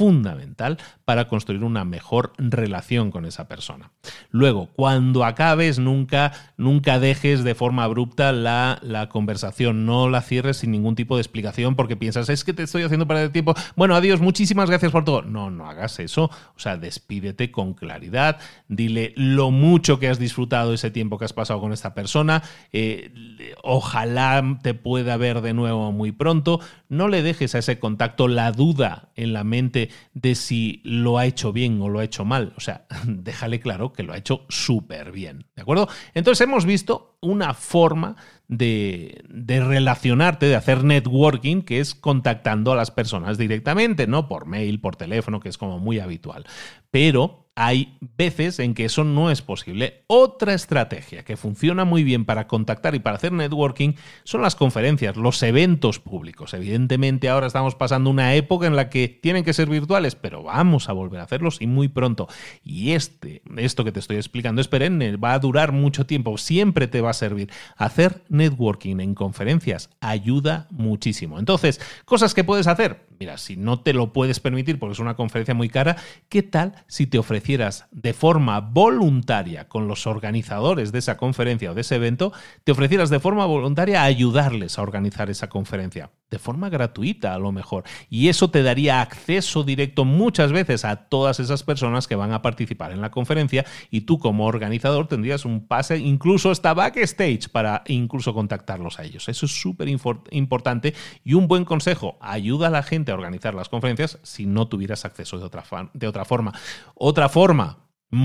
para construir una mejor relación con esa persona. Luego, cuando acabes, nunca dejes de forma abrupta la conversación. No la cierres sin ningún tipo de explicación porque piensas, es que te estoy haciendo perder tiempo. Bueno, adiós, muchísimas gracias por todo. No hagas eso. O sea, despídete con claridad. Dile lo mucho que has disfrutado ese tiempo que has pasado con esta persona. Ojalá te pueda ver de nuevo muy pronto. No le dejes a ese contacto la duda en la mente de si lo ha hecho bien o lo ha hecho mal. O sea, déjale claro que lo ha hecho súper bien, ¿de acuerdo? Entonces hemos visto una forma de relacionarte, de hacer networking, que es contactando a las personas directamente, no por mail, por teléfono, que es como muy habitual. Pero hay veces en que eso no es posible. Otra estrategia que funciona muy bien para contactar y para hacer networking son las conferencias, los eventos públicos. Evidentemente ahora estamos pasando una época en la que tienen que ser virtuales, pero vamos a volver a hacerlos y muy pronto. Y esto que te estoy explicando es perenne, va a durar mucho tiempo, siempre te va a servir. Hacer networking en conferencias ayuda muchísimo. Entonces, cosas que puedes hacer. Mira, si no te lo puedes permitir porque es una conferencia muy cara, ¿qué tal si te ofrecieras de forma voluntaria con los organizadores de esa conferencia o de ese evento, te ofrecieras de forma voluntaria a ayudarles a organizar esa conferencia? De forma gratuita a lo mejor. Y eso te daría acceso directo muchas veces a todas esas personas que van a participar en la conferencia y tú como organizador tendrías un pase incluso hasta backstage para incluso contactarlos a ellos. Eso es súper importante y un buen consejo. Ayuda a la gente a organizar las conferencias si no tuvieras acceso de otra forma. Otra forma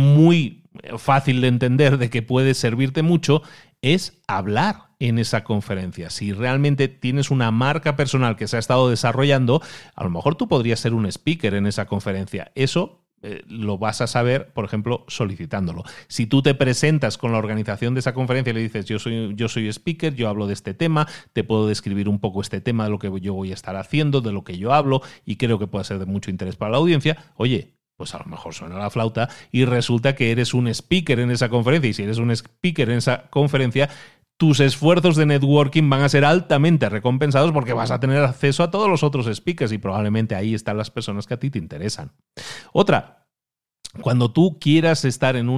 muy fácil de entender de que puede servirte mucho es hablar en esa conferencia. Si realmente tienes una marca personal que se ha estado desarrollando, a lo mejor tú podrías ser un speaker en esa conferencia. Eso lo vas a saber, por ejemplo, solicitándolo. Si tú te presentas con la organización de esa conferencia y le dices, yo soy speaker, yo hablo de este tema, te puedo describir un poco este tema de lo que yo voy a estar haciendo, de lo que yo hablo y creo que puede ser de mucho interés para la audiencia, oye, pues a lo mejor suena la flauta y resulta que eres un speaker en esa conferencia y si eres un speaker en esa conferencia, tus esfuerzos de networking van a ser altamente recompensados porque vas a tener acceso a todos los otros speakers y probablemente ahí están las personas que a ti te interesan. Otra, cuando tú quieras estar en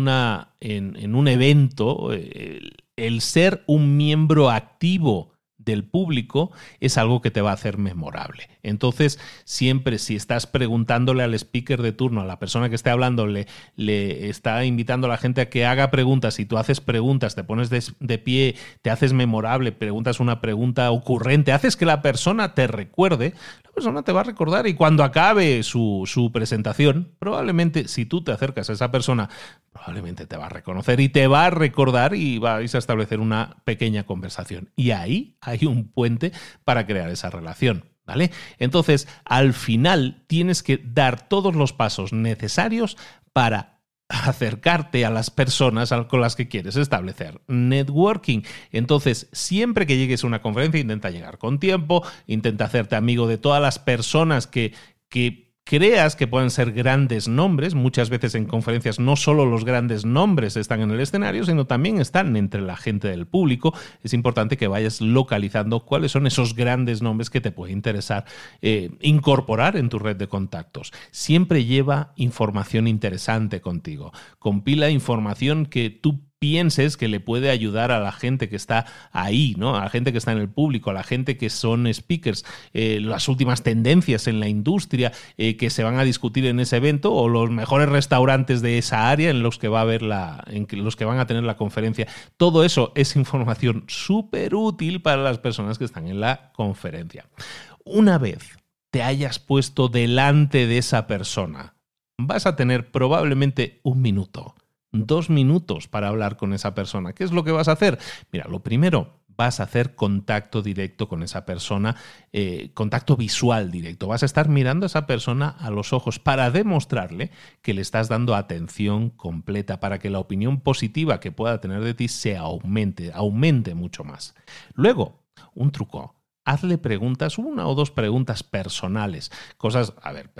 un evento, el ser un miembro activo del público es algo que te va a hacer memorable. Entonces, siempre si estás preguntándole al speaker de turno, a la persona que esté hablando, le está invitando a la gente a que haga preguntas y tú haces preguntas, te pones de pie, te haces memorable, preguntas una pregunta ocurrente, haces que la persona te recuerde, la persona te va a recordar y cuando acabe su presentación, probablemente si tú te acercas a esa persona, probablemente te va a reconocer y te va a recordar y vais a establecer una pequeña conversación. Y ahí hay un puente para crear esa relación, ¿vale? Entonces, al final tienes que dar todos los pasos necesarios para acercarte a las personas con las que quieres establecer networking. Entonces, siempre que llegues a una conferencia, intenta llegar con tiempo, intenta hacerte amigo de todas las personas que creas que pueden ser grandes nombres. Muchas veces en conferencias no solo los grandes nombres están en el escenario, sino también están entre la gente del público. Es importante que vayas localizando cuáles son esos grandes nombres que te puede interesar incorporar en tu red de contactos. Siempre lleva información interesante contigo. Compila información que tú pienses que le puede ayudar a la gente que está ahí, ¿no? A la gente que está en el público, a la gente que son speakers, las últimas tendencias en la industria que se van a discutir en ese evento, o los mejores restaurantes de esa área en los que va a haber los que van a tener la conferencia. Todo eso es información súper útil para las personas que están en la conferencia. Una vez te hayas puesto delante de esa persona, vas a tener probablemente 1 minuto, 2 minutos para hablar con esa persona. ¿Qué es lo que vas a hacer? Mira, lo primero, vas a hacer contacto directo con esa persona, contacto visual directo. Vas a estar mirando a esa persona a los ojos para demostrarle que le estás dando atención completa, para que la opinión positiva que pueda tener de ti se aumente mucho más. Luego, un truco. Hazle preguntas, 1 o 2 preguntas personales, cosas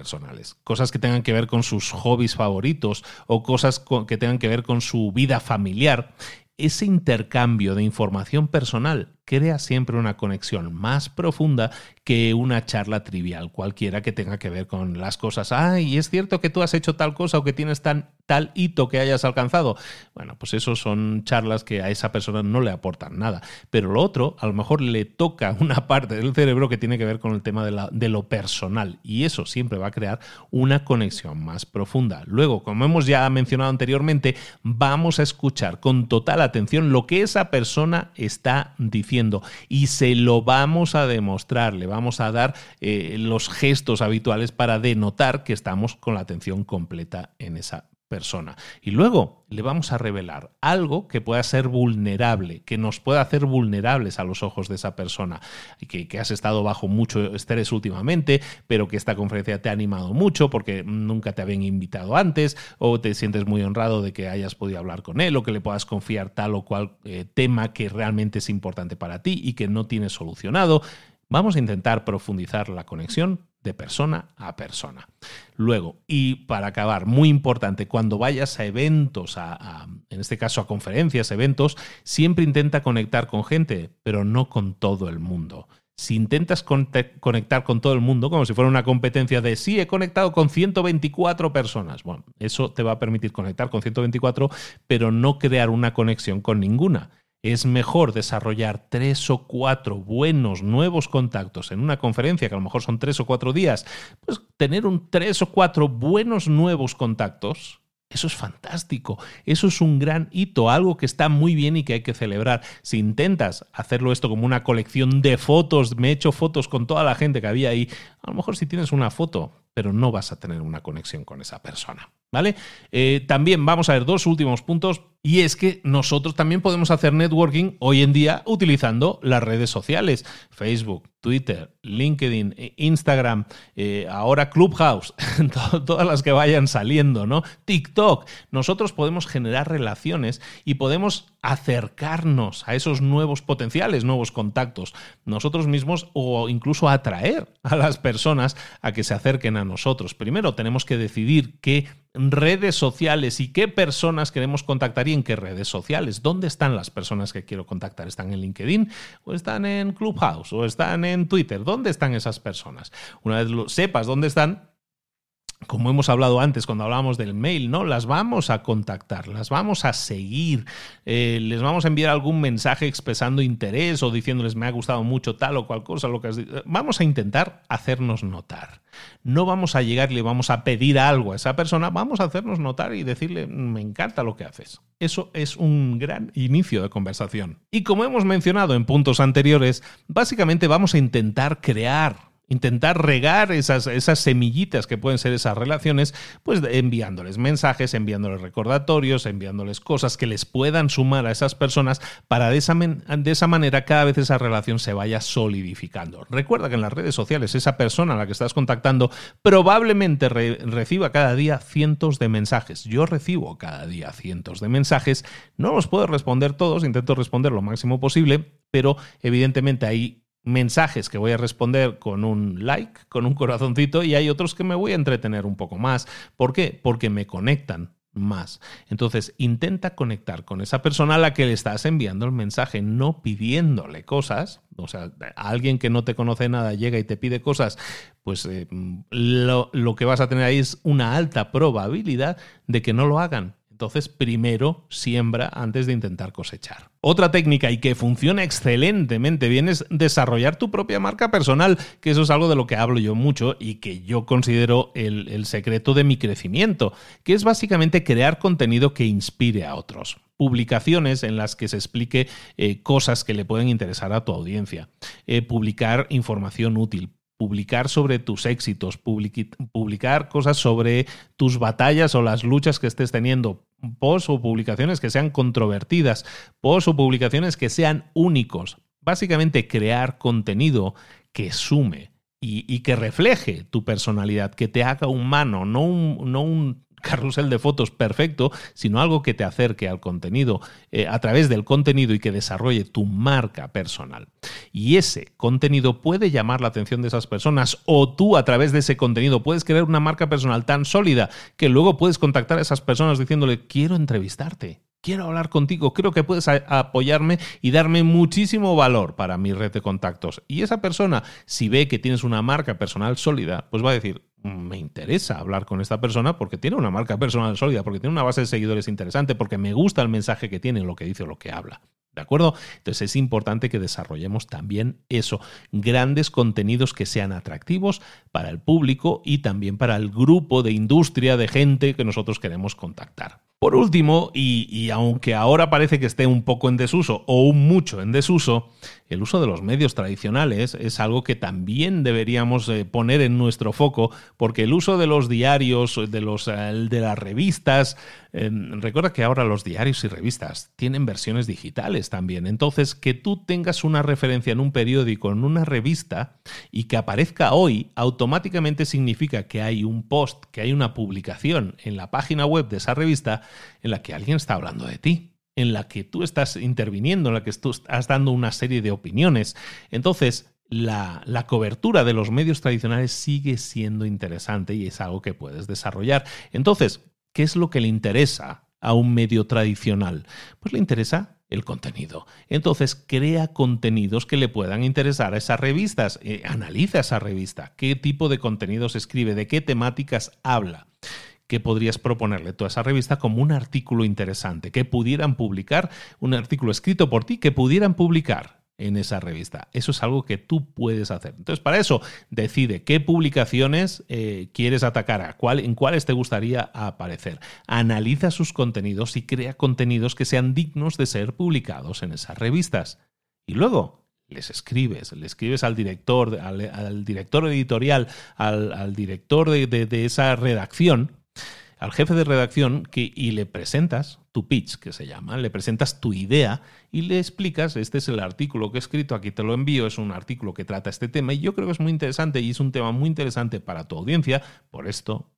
que tengan que ver con sus hobbies favoritos o cosas que tengan que ver con su vida familiar. Ese intercambio de información personal crea siempre una conexión más profunda que una charla trivial cualquiera que tenga que ver con las cosas. ¿Y es cierto que tú has hecho tal cosa o que tienes tal hito que hayas alcanzado? Bueno, pues eso son charlas que a esa persona no le aportan nada. Pero lo otro, a lo mejor le toca una parte del cerebro que tiene que ver con el tema de lo personal, y eso siempre va a crear una conexión más profunda. Luego, como hemos ya mencionado anteriormente, vamos a escuchar con total atención lo que esa persona está diciendo y se lo vamos a demostrar, le vamos a dar los gestos habituales para denotar que estamos con la atención completa en esa persona. Y luego le vamos a revelar algo que pueda ser vulnerable, que nos pueda hacer vulnerables a los ojos de esa persona, que has estado bajo mucho estrés últimamente, pero que esta conferencia te ha animado mucho porque nunca te habían invitado antes, o te sientes muy honrado de que hayas podido hablar con él, o que le puedas confiar tal o cual tema que realmente es importante para ti y que no tienes solucionado. Vamos a intentar profundizar la conexión de persona a persona. Luego, y para acabar, muy importante, cuando vayas a eventos, en este caso a conferencias, eventos, siempre intenta conectar con gente, pero no con todo el mundo. Si intentas conectar con todo el mundo, como si fuera una competencia de sí, he conectado con 124 personas, bueno, eso te va a permitir conectar con 124, pero no crear una conexión con ninguna. Es mejor desarrollar 3 o 4 buenos nuevos contactos en una conferencia, que a lo mejor son 3 o 4 días, pues tener 3 o 4 buenos nuevos contactos, eso es fantástico, eso es un gran hito, algo que está muy bien y que hay que celebrar. Si intentas hacerlo esto como una colección de fotos, me he hecho fotos con toda la gente que había ahí, a lo mejor sí tienes una foto, pero no vas a tener una conexión con esa persona, ¿vale? También vamos a ver 2 últimos puntos, y es que nosotros también podemos hacer networking hoy en día utilizando las redes sociales, Facebook, Twitter, LinkedIn, Instagram, ahora Clubhouse, todas las que vayan saliendo, ¿no? TikTok. Nosotros podemos generar relaciones y podemos acercarnos a esos nuevos potenciales, nuevos contactos nosotros mismos, o incluso atraer a las personas a que se acerquen a nosotros. Primero tenemos que decidir qué redes sociales y qué personas queremos contactar y en qué redes sociales. ¿Dónde están las personas que quiero contactar? ¿Están en LinkedIn o están en Clubhouse o están en Twitter? ¿Dónde están esas personas? Una vez sepas dónde están, como hemos hablado antes cuando hablábamos del mail, ¿no? Las vamos a contactar, las vamos a seguir, les vamos a enviar algún mensaje expresando interés o diciéndoles me ha gustado mucho tal o cual cosa, lo que has dicho. Vamos a intentar hacernos notar. No vamos a llegar y le vamos a pedir algo a esa persona, vamos a hacernos notar y decirle me encanta lo que haces. Eso es un gran inicio de conversación. Y como hemos mencionado en puntos anteriores, básicamente vamos a intentar regar esas semillitas que pueden ser esas relaciones, pues enviándoles mensajes, enviándoles recordatorios, enviándoles cosas que les puedan sumar a esas personas para de esa manera cada vez esa relación se vaya solidificando. Recuerda que en las redes sociales esa persona a la que estás contactando probablemente reciba cada día cientos de mensajes. Yo recibo cada día cientos de mensajes, no los puedo responder todos, intento responder lo máximo posible, pero evidentemente hay mensajes que voy a responder con un like, con un corazoncito, y hay otros que me voy a entretener un poco más. ¿Por qué? Porque me conectan más. Entonces, intenta conectar con esa persona a la que le estás enviando el mensaje, no pidiéndole cosas. O sea, alguien que no te conoce nada llega y te pide cosas, pues lo que vas a tener ahí es una alta probabilidad de que no lo hagan. Entonces, primero siembra antes de intentar cosechar. Otra técnica y que funciona excelentemente bien es desarrollar tu propia marca personal, que eso es algo de lo que hablo yo mucho y que yo considero el secreto de mi crecimiento, que es básicamente crear contenido que inspire a otros. Publicaciones en las que se explique cosas que le pueden interesar a tu audiencia, publicar información útil, publicar sobre tus éxitos, publicar cosas sobre tus batallas o las luchas que estés teniendo, posts o publicaciones que sean controvertidas, posts o publicaciones que sean únicos. Básicamente crear contenido que sume y que refleje tu personalidad, que te haga humano, no un carrusel de fotos perfecto, sino algo que te acerque al contenido a través del contenido y que desarrolle tu marca personal. Y ese contenido puede llamar la atención de esas personas, o tú a través de ese contenido puedes crear una marca personal tan sólida que luego puedes contactar a esas personas diciéndole: quiero entrevistarte, quiero hablar contigo, creo que puedes apoyarme y darme muchísimo valor para mi red de contactos. Y esa persona, si ve que tienes una marca personal sólida, pues va a decir: me interesa hablar con esta persona porque tiene una marca personal sólida, porque tiene una base de seguidores interesante, porque me gusta el mensaje que tiene, lo que dice o lo que habla. ¿De acuerdo? Entonces es importante que desarrollemos también eso, grandes contenidos que sean atractivos para el público y también para el grupo de industria de gente que nosotros queremos contactar. Por último, y aunque ahora parece que esté un poco en desuso o un mucho en desuso, el uso de los medios tradicionales es algo que también deberíamos poner en nuestro foco, porque el uso de los diarios, de las revistas, recuerda que ahora los diarios y revistas tienen versiones digitales también. Entonces, que tú tengas una referencia en un periódico, en una revista, y que aparezca hoy, automáticamente significa que hay un post, que hay una publicación en la página web de esa revista en la que alguien está hablando de ti, en la que tú estás interviniendo, en la que tú estás dando una serie de opiniones. Entonces, la cobertura de los medios tradicionales sigue siendo interesante y es algo que puedes desarrollar. Entonces, ¿qué es lo que le interesa a un medio tradicional? Pues le interesa el contenido. Entonces, crea contenidos que le puedan interesar a esas revistas. Analiza esa revista. ¿Qué tipo de contenidos escribe? ¿De qué temáticas habla? ¿Qué podrías proponerle tú a esa revista como un artículo interesante? Que pudieran publicar, un artículo escrito por ti, que pudieran publicar en esa revista. Eso es algo que tú puedes hacer. Entonces, para eso, decide qué publicaciones quieres atacar, en cuáles te gustaría aparecer. Analiza sus contenidos y crea contenidos que sean dignos de ser publicados en esas revistas. Y luego le escribes al director, al director editorial, al director de esa redacción, al jefe de redacción, y le presentas tu pitch, que se llama, le presentas tu idea y le explicas: este es el artículo que he escrito, aquí te lo envío, es un artículo que trata este tema y yo creo que es muy interesante y es un tema muy interesante para tu audiencia por esto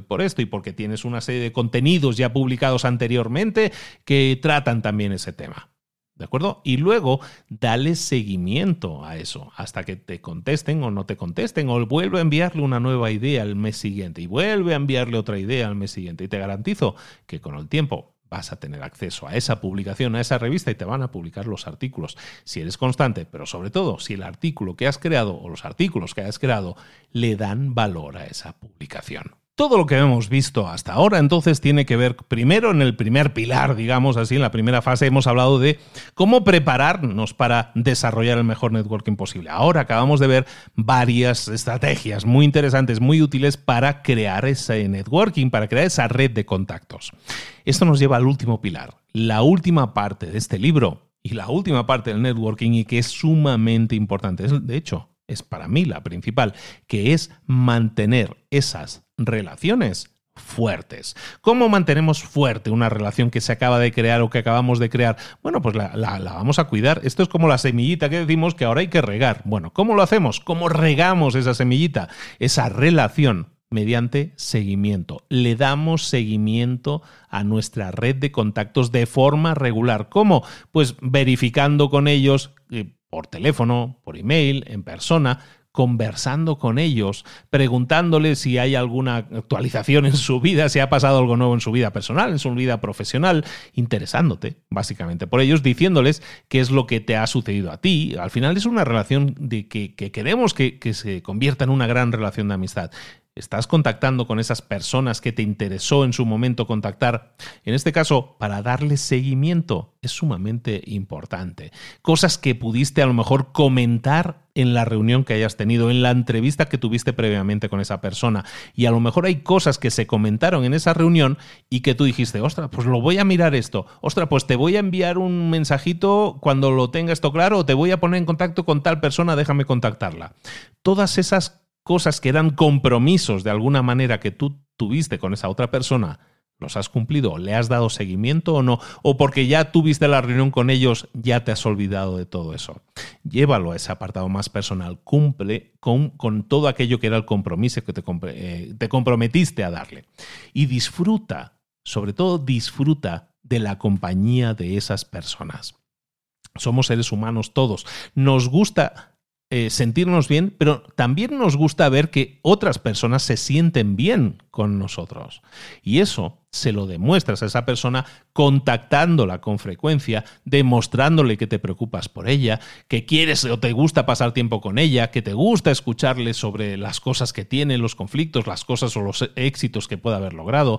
y porque tienes una serie de contenidos ya publicados anteriormente que tratan también ese tema. ¿De acuerdo? Y luego dale seguimiento a eso hasta que te contesten o no te contesten, o vuelve a enviarle una nueva idea al mes siguiente y vuelve a enviarle otra idea al mes siguiente. Y te garantizo que con el tiempo vas a tener acceso a esa publicación, a esa revista, y te van a publicar los artículos. Si eres constante, pero sobre todo si el artículo que has creado o los artículos que has creado le dan valor a esa publicación. Todo lo que hemos visto hasta ahora, entonces, tiene que ver primero en el primer pilar, digamos así, en la primera fase hemos hablado de cómo prepararnos para desarrollar el mejor networking posible. Ahora acabamos de ver varias estrategias muy interesantes, muy útiles para crear ese networking, para crear esa red de contactos. Esto nos lleva al último pilar, la última parte de este libro y la última parte del networking, y que es sumamente importante. De hecho, es para mí la principal, que es mantener esas relaciones fuertes. ¿Cómo mantenemos fuerte una relación que se acaba de crear o que acabamos de crear? Bueno, pues la vamos a cuidar. Esto es como la semillita que decimos que ahora hay que regar. Bueno, ¿cómo lo hacemos? ¿Cómo regamos esa semillita? Esa relación mediante seguimiento. Le damos seguimiento a nuestra red de contactos de forma regular. ¿Cómo? Pues verificando con ellos por teléfono, por email, en persona, conversando con ellos, preguntándoles si hay alguna actualización en su vida, si ha pasado algo nuevo en su vida personal, en su vida profesional, interesándote básicamente por ellos, diciéndoles qué es lo que te ha sucedido a ti. Al final es una relación de que queremos que se convierta en una gran relación de amistad. estás contactando con esas personas que te interesó en su momento contactar. En este caso, para darle seguimiento es sumamente importante. Cosas que pudiste a lo mejor comentar en la reunión que hayas tenido, en la entrevista que tuviste previamente con esa persona. Y a lo mejor hay cosas que se comentaron en esa reunión y que tú dijiste, ostras, pues lo voy a mirar esto. Ostras, pues te voy a enviar un mensajito cuando lo tenga esto claro, o te voy a poner en contacto con tal persona, déjame contactarla. Todas esas cosas que eran compromisos de alguna manera que tú tuviste con esa otra persona, ¿los has cumplido? ¿Le has dado seguimiento o no? ¿O porque ya tuviste la reunión con ellos, ya te has olvidado de todo eso? Llévalo a ese apartado más personal. Cumple con todo aquello que era el compromiso que te comprometiste a darle. Y disfruta, sobre todo disfruta de la compañía de esas personas. Somos seres humanos todos. Nos gusta sentirnos bien, pero también nos gusta ver que otras personas se sienten bien con nosotros. Y eso se lo demuestras a esa persona contactándola con frecuencia, demostrándole que te preocupas por ella, que quieres o te gusta pasar tiempo con ella, que te gusta escucharle sobre las cosas que tiene, los conflictos, las cosas o los éxitos que pueda haber logrado.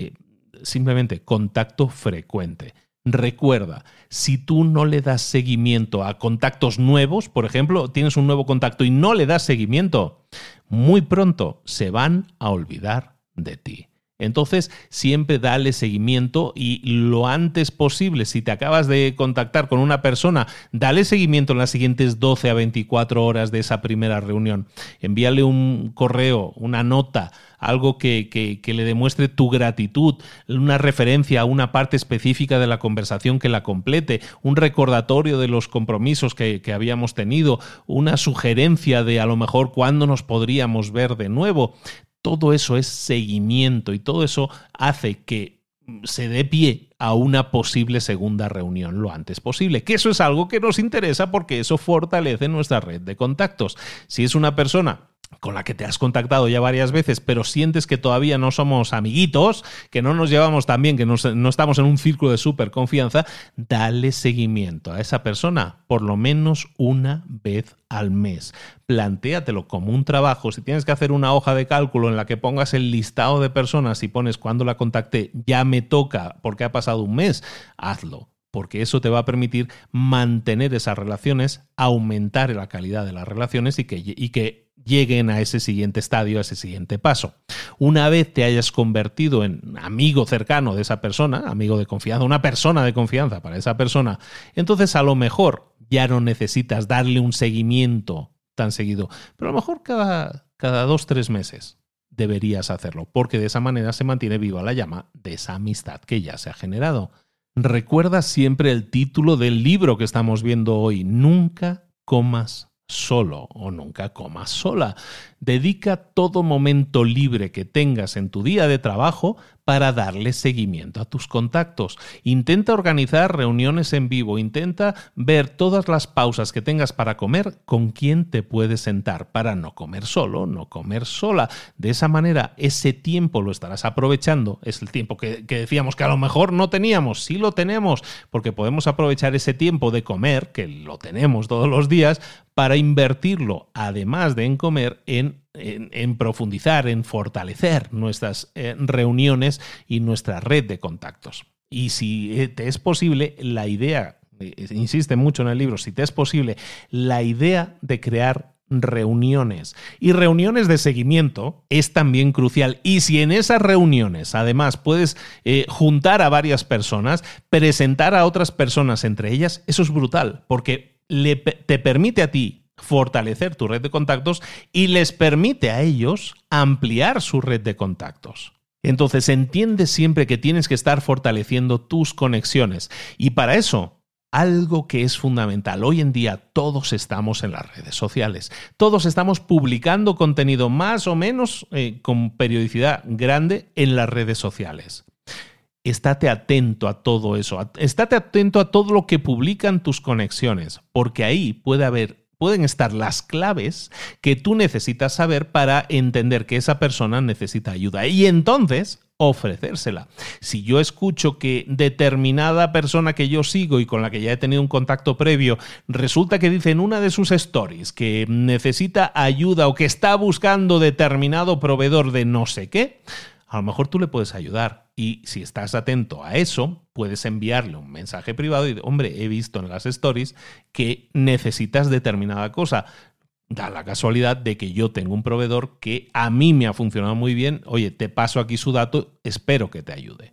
Simplemente contacto frecuente. Recuerda, si tú no le das seguimiento a contactos nuevos, por ejemplo, tienes un nuevo contacto y no le das seguimiento, muy pronto se van a olvidar de ti. Entonces, siempre dale seguimiento y lo antes posible, si te acabas de contactar con una persona, dale seguimiento en las siguientes 12 a 24 horas de esa primera reunión. Envíale un correo, una nota, algo que le demuestre tu gratitud, una referencia a una parte específica de la conversación que la complete, un recordatorio de los compromisos que habíamos tenido, una sugerencia de a lo mejor cuándo nos podríamos ver de nuevo. Todo eso es seguimiento y todo eso hace que se dé pie a una posible segunda reunión lo antes posible, que eso es algo que nos interesa porque eso fortalece nuestra red de contactos. Si es una persona con la que te has contactado ya varias veces, pero sientes que todavía no somos amiguitos, que no nos llevamos tan bien, que no estamos en un círculo de súper confianza, dale seguimiento a esa persona por lo menos una vez al mes. Plantéatelo como un trabajo. Si tienes que hacer una hoja de cálculo en la que pongas el listado de personas y pones cuando la contacté, ya me toca porque ha pasado un mes, hazlo. Porque eso te va a permitir mantener esas relaciones, aumentar la calidad de las relaciones y que lleguen a ese siguiente estadio, a ese siguiente paso. Una vez te hayas convertido en amigo cercano de esa persona, amigo de confianza, una persona de confianza para esa persona, entonces a lo mejor ya no necesitas darle un seguimiento tan seguido, pero a lo mejor cada 2-3 meses deberías hacerlo, porque de esa manera se mantiene viva la llama de esa amistad que ya se ha generado. Recuerda siempre el título del libro que estamos viendo hoy, Nunca comas solo o nunca comas sola. Dedica todo momento libre que tengas en tu día de trabajo para darle seguimiento a tus contactos. Intenta organizar reuniones en vivo, intenta ver todas las pausas que tengas para comer, con quién te puedes sentar para no comer solo, no comer sola. De esa manera, ese tiempo lo estarás aprovechando. Es el tiempo que decíamos que a lo mejor no teníamos. Sí lo tenemos, porque podemos aprovechar ese tiempo de comer, que lo tenemos todos los días, para invertirlo, además de en comer, en profundizar, en fortalecer nuestras reuniones y nuestra red de contactos. Y si te es posible, la idea, insiste mucho en el libro, si te es posible, la idea de crear reuniones y reuniones de seguimiento es también crucial. Y si en esas reuniones además puedes juntar a varias personas, presentar a otras personas entre ellas, eso es brutal, porque te permite a ti fortalecer tu red de contactos y les permite a ellos ampliar su red de contactos. Entonces entiende siempre que tienes que estar fortaleciendo tus conexiones y para eso algo que es fundamental. Hoy en día todos estamos en las redes sociales, todos estamos publicando contenido más o menos con periodicidad grande en las redes sociales. Estate atento a todo eso, estate atento a todo lo que publican tus conexiones, porque ahí pueden estar las claves que tú necesitas saber para entender que esa persona necesita ayuda. Y entonces, ofrecérsela. Si yo escucho que determinada persona que yo sigo y con la que ya he tenido un contacto previo, resulta que dice en una de sus stories que necesita ayuda o que está buscando determinado proveedor de no sé qué, a lo mejor tú le puedes ayudar. Y si estás atento a eso, puedes enviarle un mensaje privado y, hombre, he visto en las stories que necesitas determinada cosa. Da la casualidad de que yo tengo un proveedor que a mí me ha funcionado muy bien. Oye, te paso aquí su dato, espero que te ayude.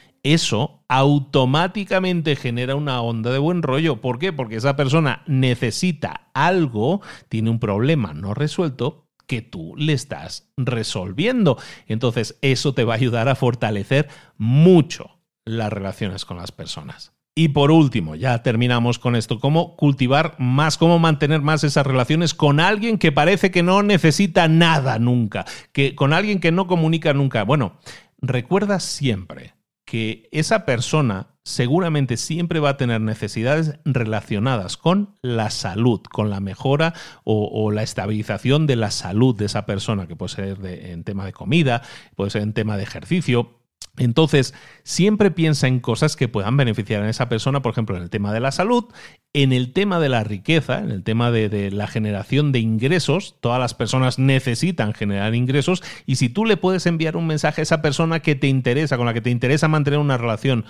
Eso automáticamente genera una onda de buen rollo. ¿Por qué? Porque esa persona necesita algo, tiene un problema no resuelto que tú le estás resolviendo. Entonces, eso te va a ayudar a fortalecer mucho las relaciones con las personas. Y por último, ya terminamos con esto, cómo cultivar más, cómo mantener más esas relaciones con alguien que parece que no necesita nada nunca, con alguien que no comunica nunca. Bueno, recuerda siempre que esa persona seguramente siempre va a tener necesidades relacionadas con la salud, con la mejora o la estabilización de la salud de esa persona, que puede ser en tema de comida, puede ser en tema de ejercicio. Entonces, siempre piensa en cosas que puedan beneficiar a esa persona, por ejemplo, en el tema de la salud, en el tema de la riqueza, en el tema de la generación de ingresos. Todas las personas necesitan generar ingresos y si tú le puedes enviar un mensaje a esa persona que te interesa, con la que te interesa mantener una relación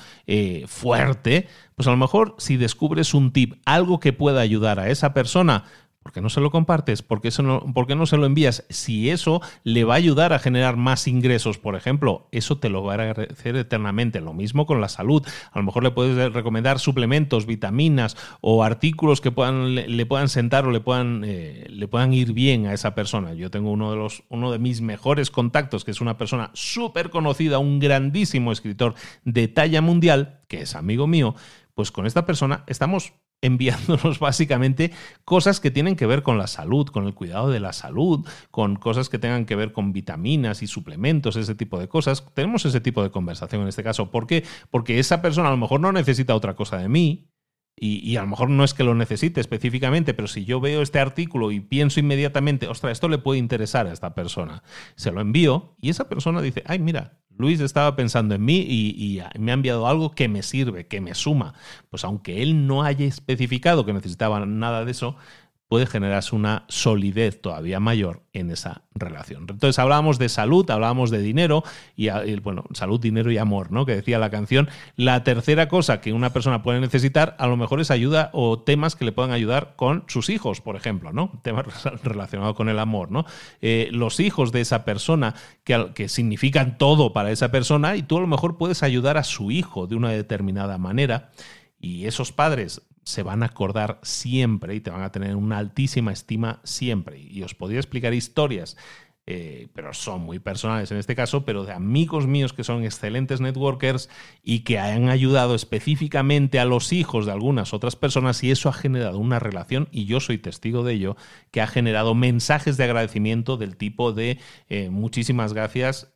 fuerte, pues a lo mejor si descubres un tip, algo que pueda ayudar a esa persona, ¿por qué no se lo compartes? ¿Por qué no se lo envías? Si eso le va a ayudar a generar más ingresos, por ejemplo, eso te lo va a agradecer eternamente. Lo mismo con la salud. A lo mejor le puedes recomendar suplementos, vitaminas o artículos que le puedan sentar o le puedan ir bien a esa persona. Yo tengo uno de mis mejores contactos, que es una persona súper conocida, un grandísimo escritor de talla mundial, que es amigo mío. Pues con esta persona estamos enviándonos básicamente cosas que tienen que ver con la salud, con el cuidado de la salud, con cosas que tengan que ver con vitaminas y suplementos, ese tipo de cosas. Tenemos ese tipo de conversación en este caso. ¿Por qué? Porque esa persona a lo mejor no necesita otra cosa de mí y a lo mejor no es que lo necesite específicamente, pero si yo veo este artículo y pienso inmediatamente, ostras, esto le puede interesar a esta persona, se lo envío y esa persona dice, ay, mira, Luis estaba pensando en mí y me ha enviado algo que me sirve, que me suma. Pues aunque él no haya especificado que necesitaba nada de eso, puede generarse una solidez todavía mayor en esa relación. Entonces hablábamos de salud, hablábamos de dinero, y bueno, salud, dinero y amor, ¿no? Que decía la canción. La tercera cosa que una persona puede necesitar a lo mejor es ayuda o temas que le puedan ayudar con sus hijos, por ejemplo, ¿no? Temas relacionados con el amor, ¿no? Los hijos de esa persona que significan todo para esa persona y tú a lo mejor puedes ayudar a su hijo de una determinada manera y esos padres se van a acordar siempre y te van a tener una altísima estima siempre. Y os podría explicar historias, pero son muy personales en este caso, pero de amigos míos que son excelentes networkers y que han ayudado específicamente a los hijos de algunas otras personas y eso ha generado una relación, y yo soy testigo de ello, que ha generado mensajes de agradecimiento del tipo de muchísimas gracias,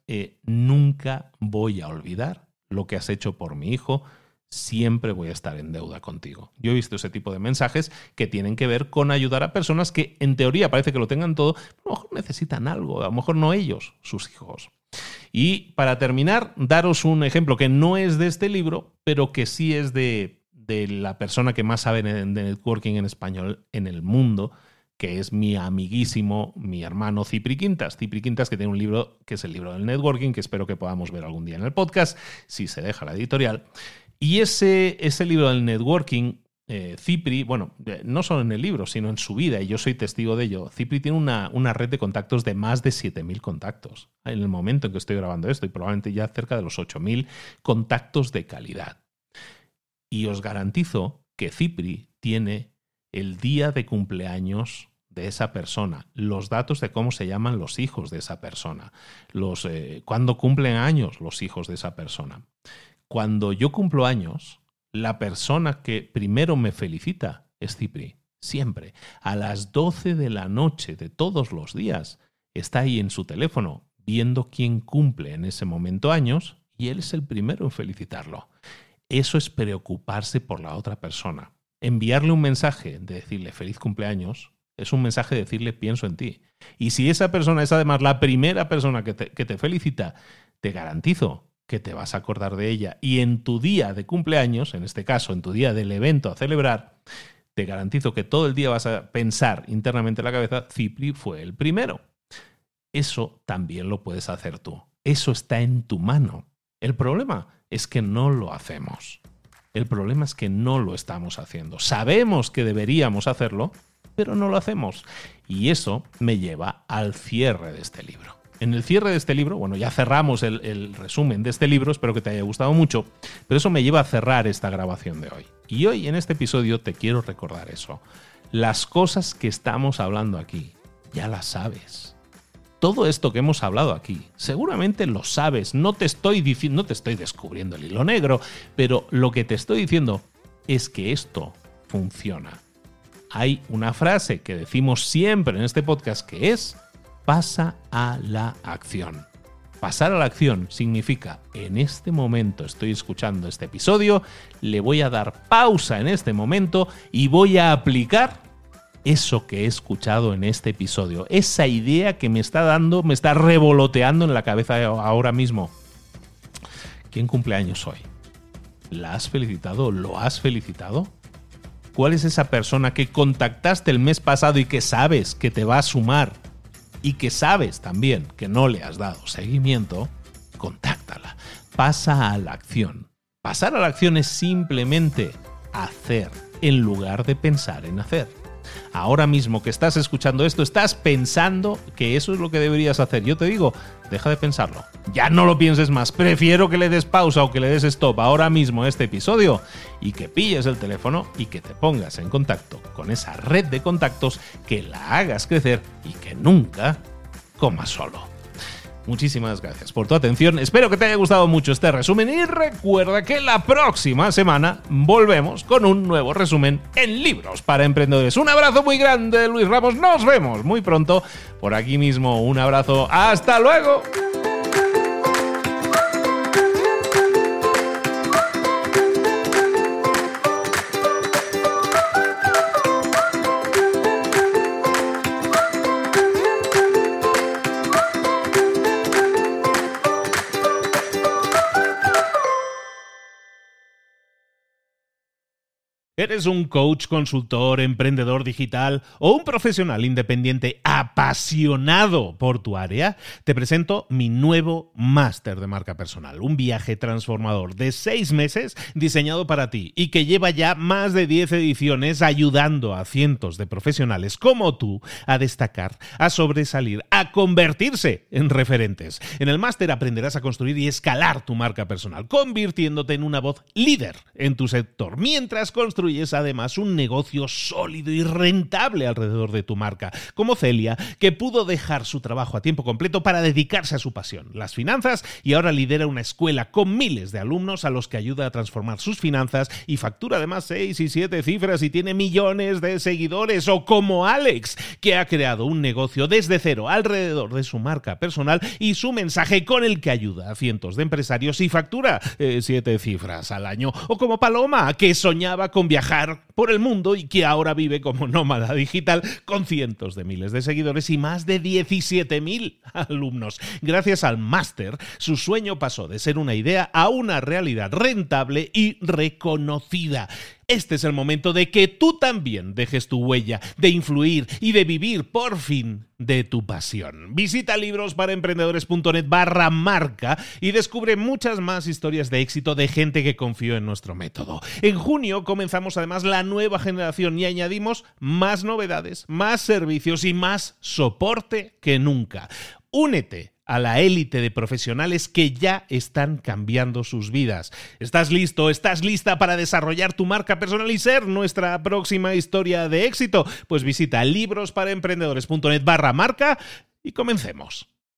nunca voy a olvidar lo que has hecho por mi hijo, siempre voy a estar en deuda contigo. Yo he visto ese tipo de mensajes que tienen que ver con ayudar a personas que en teoría parece que lo tengan todo, pero a lo mejor necesitan algo, a lo mejor no ellos, sus hijos. Y para terminar, daros un ejemplo que no es de este libro, pero que sí es de la persona que más sabe de networking en español en el mundo, que es mi amiguísimo, mi hermano Cipri Quintas. Cipri Quintas, que tiene un libro que es el libro del networking, que espero que podamos ver algún día en el podcast, si se deja la editorial. Y ese libro del networking, Cipri, bueno, no solo en el libro, sino en su vida, y yo soy testigo de ello, Cipri tiene una red de contactos de más de 7.000 contactos en el momento en que estoy grabando esto, y probablemente ya cerca de los 8.000 contactos de calidad. Y os garantizo que Cipri tiene el día de cumpleaños de esa persona, los datos de cómo se llaman los hijos de esa persona, cuándo cumplen años los hijos de esa persona. Cuando yo cumplo años, la persona que primero me felicita es Cipri. Siempre. A las 12 de la noche de todos los días está ahí en su teléfono viendo quién cumple en ese momento años y él es el primero en felicitarlo. Eso es preocuparse por la otra persona. Enviarle un mensaje de decirle feliz cumpleaños es un mensaje de decirle pienso en ti. Y si esa persona es además la primera persona que te felicita, te garantizo que te vas a acordar de ella y en tu día de cumpleaños, en este caso en tu día del evento a celebrar, te garantizo que todo el día vas a pensar internamente en la cabeza, Cipri fue el primero. Eso también lo puedes hacer tú. Eso está en tu mano. El problema es que no lo hacemos. El problema es que no lo estamos haciendo. Sabemos que deberíamos hacerlo, pero no lo hacemos. Y eso me lleva al cierre de este libro. En el cierre de este libro, bueno, ya cerramos el resumen de este libro, espero que te haya gustado mucho, pero eso me lleva a cerrar esta grabación de hoy. Y hoy en este episodio te quiero recordar eso. Las cosas que estamos hablando aquí, ya las sabes. Todo esto que hemos hablado aquí, seguramente lo sabes, no te estoy descubriendo el hilo negro, pero lo que te estoy diciendo es que esto funciona. Hay una frase que decimos siempre en este podcast que es: pasa a la acción. Pasar a la acción significa, en este momento estoy escuchando este episodio, le voy a dar pausa en este momento y voy a aplicar eso que he escuchado en este episodio. Esa idea que me está revoloteando en la cabeza ahora mismo. ¿Quién cumple años hoy? ¿La has felicitado? ¿Lo has felicitado? ¿Cuál es esa persona que contactaste el mes pasado y que sabes que te va a sumar? Y que sabes también que no le has dado seguimiento, contáctala. Pasa a la acción. Pasar a la acción es simplemente hacer en lugar de pensar en hacer. Ahora mismo que estás escuchando esto, estás pensando que eso es lo que deberías hacer. Yo te digo, deja de pensarlo. Ya no lo pienses más. Prefiero que le des pausa o que le des stop ahora mismo a este episodio y que pilles el teléfono y que te pongas en contacto con esa red de contactos, que la hagas crecer y que nunca comas solo. Muchísimas gracias por tu atención. Espero que te haya gustado mucho este resumen y recuerda que la próxima semana volvemos con un nuevo resumen en Libros para Emprendedores. Un abrazo muy grande, Luis Ramos. Nos vemos muy pronto por aquí mismo. Un abrazo. ¡Hasta luego! ¿Eres un coach, consultor, emprendedor digital o un profesional independiente apasionado por tu área? Te presento mi nuevo máster de marca personal, un viaje transformador de 6 meses diseñado para ti y que lleva ya más de 10 ediciones ayudando a cientos de profesionales como tú a destacar, a sobresalir, a convertirse en referentes. En el máster aprenderás a construir y escalar tu marca personal, convirtiéndote en una voz líder en tu sector, mientras construyes además un negocio sólido y rentable alrededor de tu marca, como Celia, que pudo dejar su trabajo a tiempo completo para dedicarse a su pasión, las finanzas, y ahora lidera una escuela con miles de alumnos a los que ayuda a transformar sus finanzas y factura además 6 y 7 cifras y tiene millones de seguidores. O como Alex, que ha creado un negocio desde cero alrededor de su marca personal y su mensaje, con el que ayuda a cientos de empresarios y factura 7 cifras al año. O como Paloma, que soñaba con viajar por el mundo y que ahora vive como nómada digital con cientos de miles de seguidores y más de 17.000 alumnos. Gracias al máster, su sueño pasó de ser una idea a una realidad rentable y reconocida. Este es el momento de que tú también dejes tu huella, de influir y de vivir por fin de tu pasión. Visita librosparaemprendedores.net/marca y descubre muchas más historias de éxito de gente que confió en nuestro método. En junio comenzamos además la nueva generación y añadimos más novedades, más servicios y más soporte que nunca. Únete a la élite de profesionales que ya están cambiando sus vidas. ¿Estás listo? ¿Estás lista para desarrollar tu marca personal y ser nuestra próxima historia de éxito? Pues visita librosparaemprendedores.net/marca y comencemos.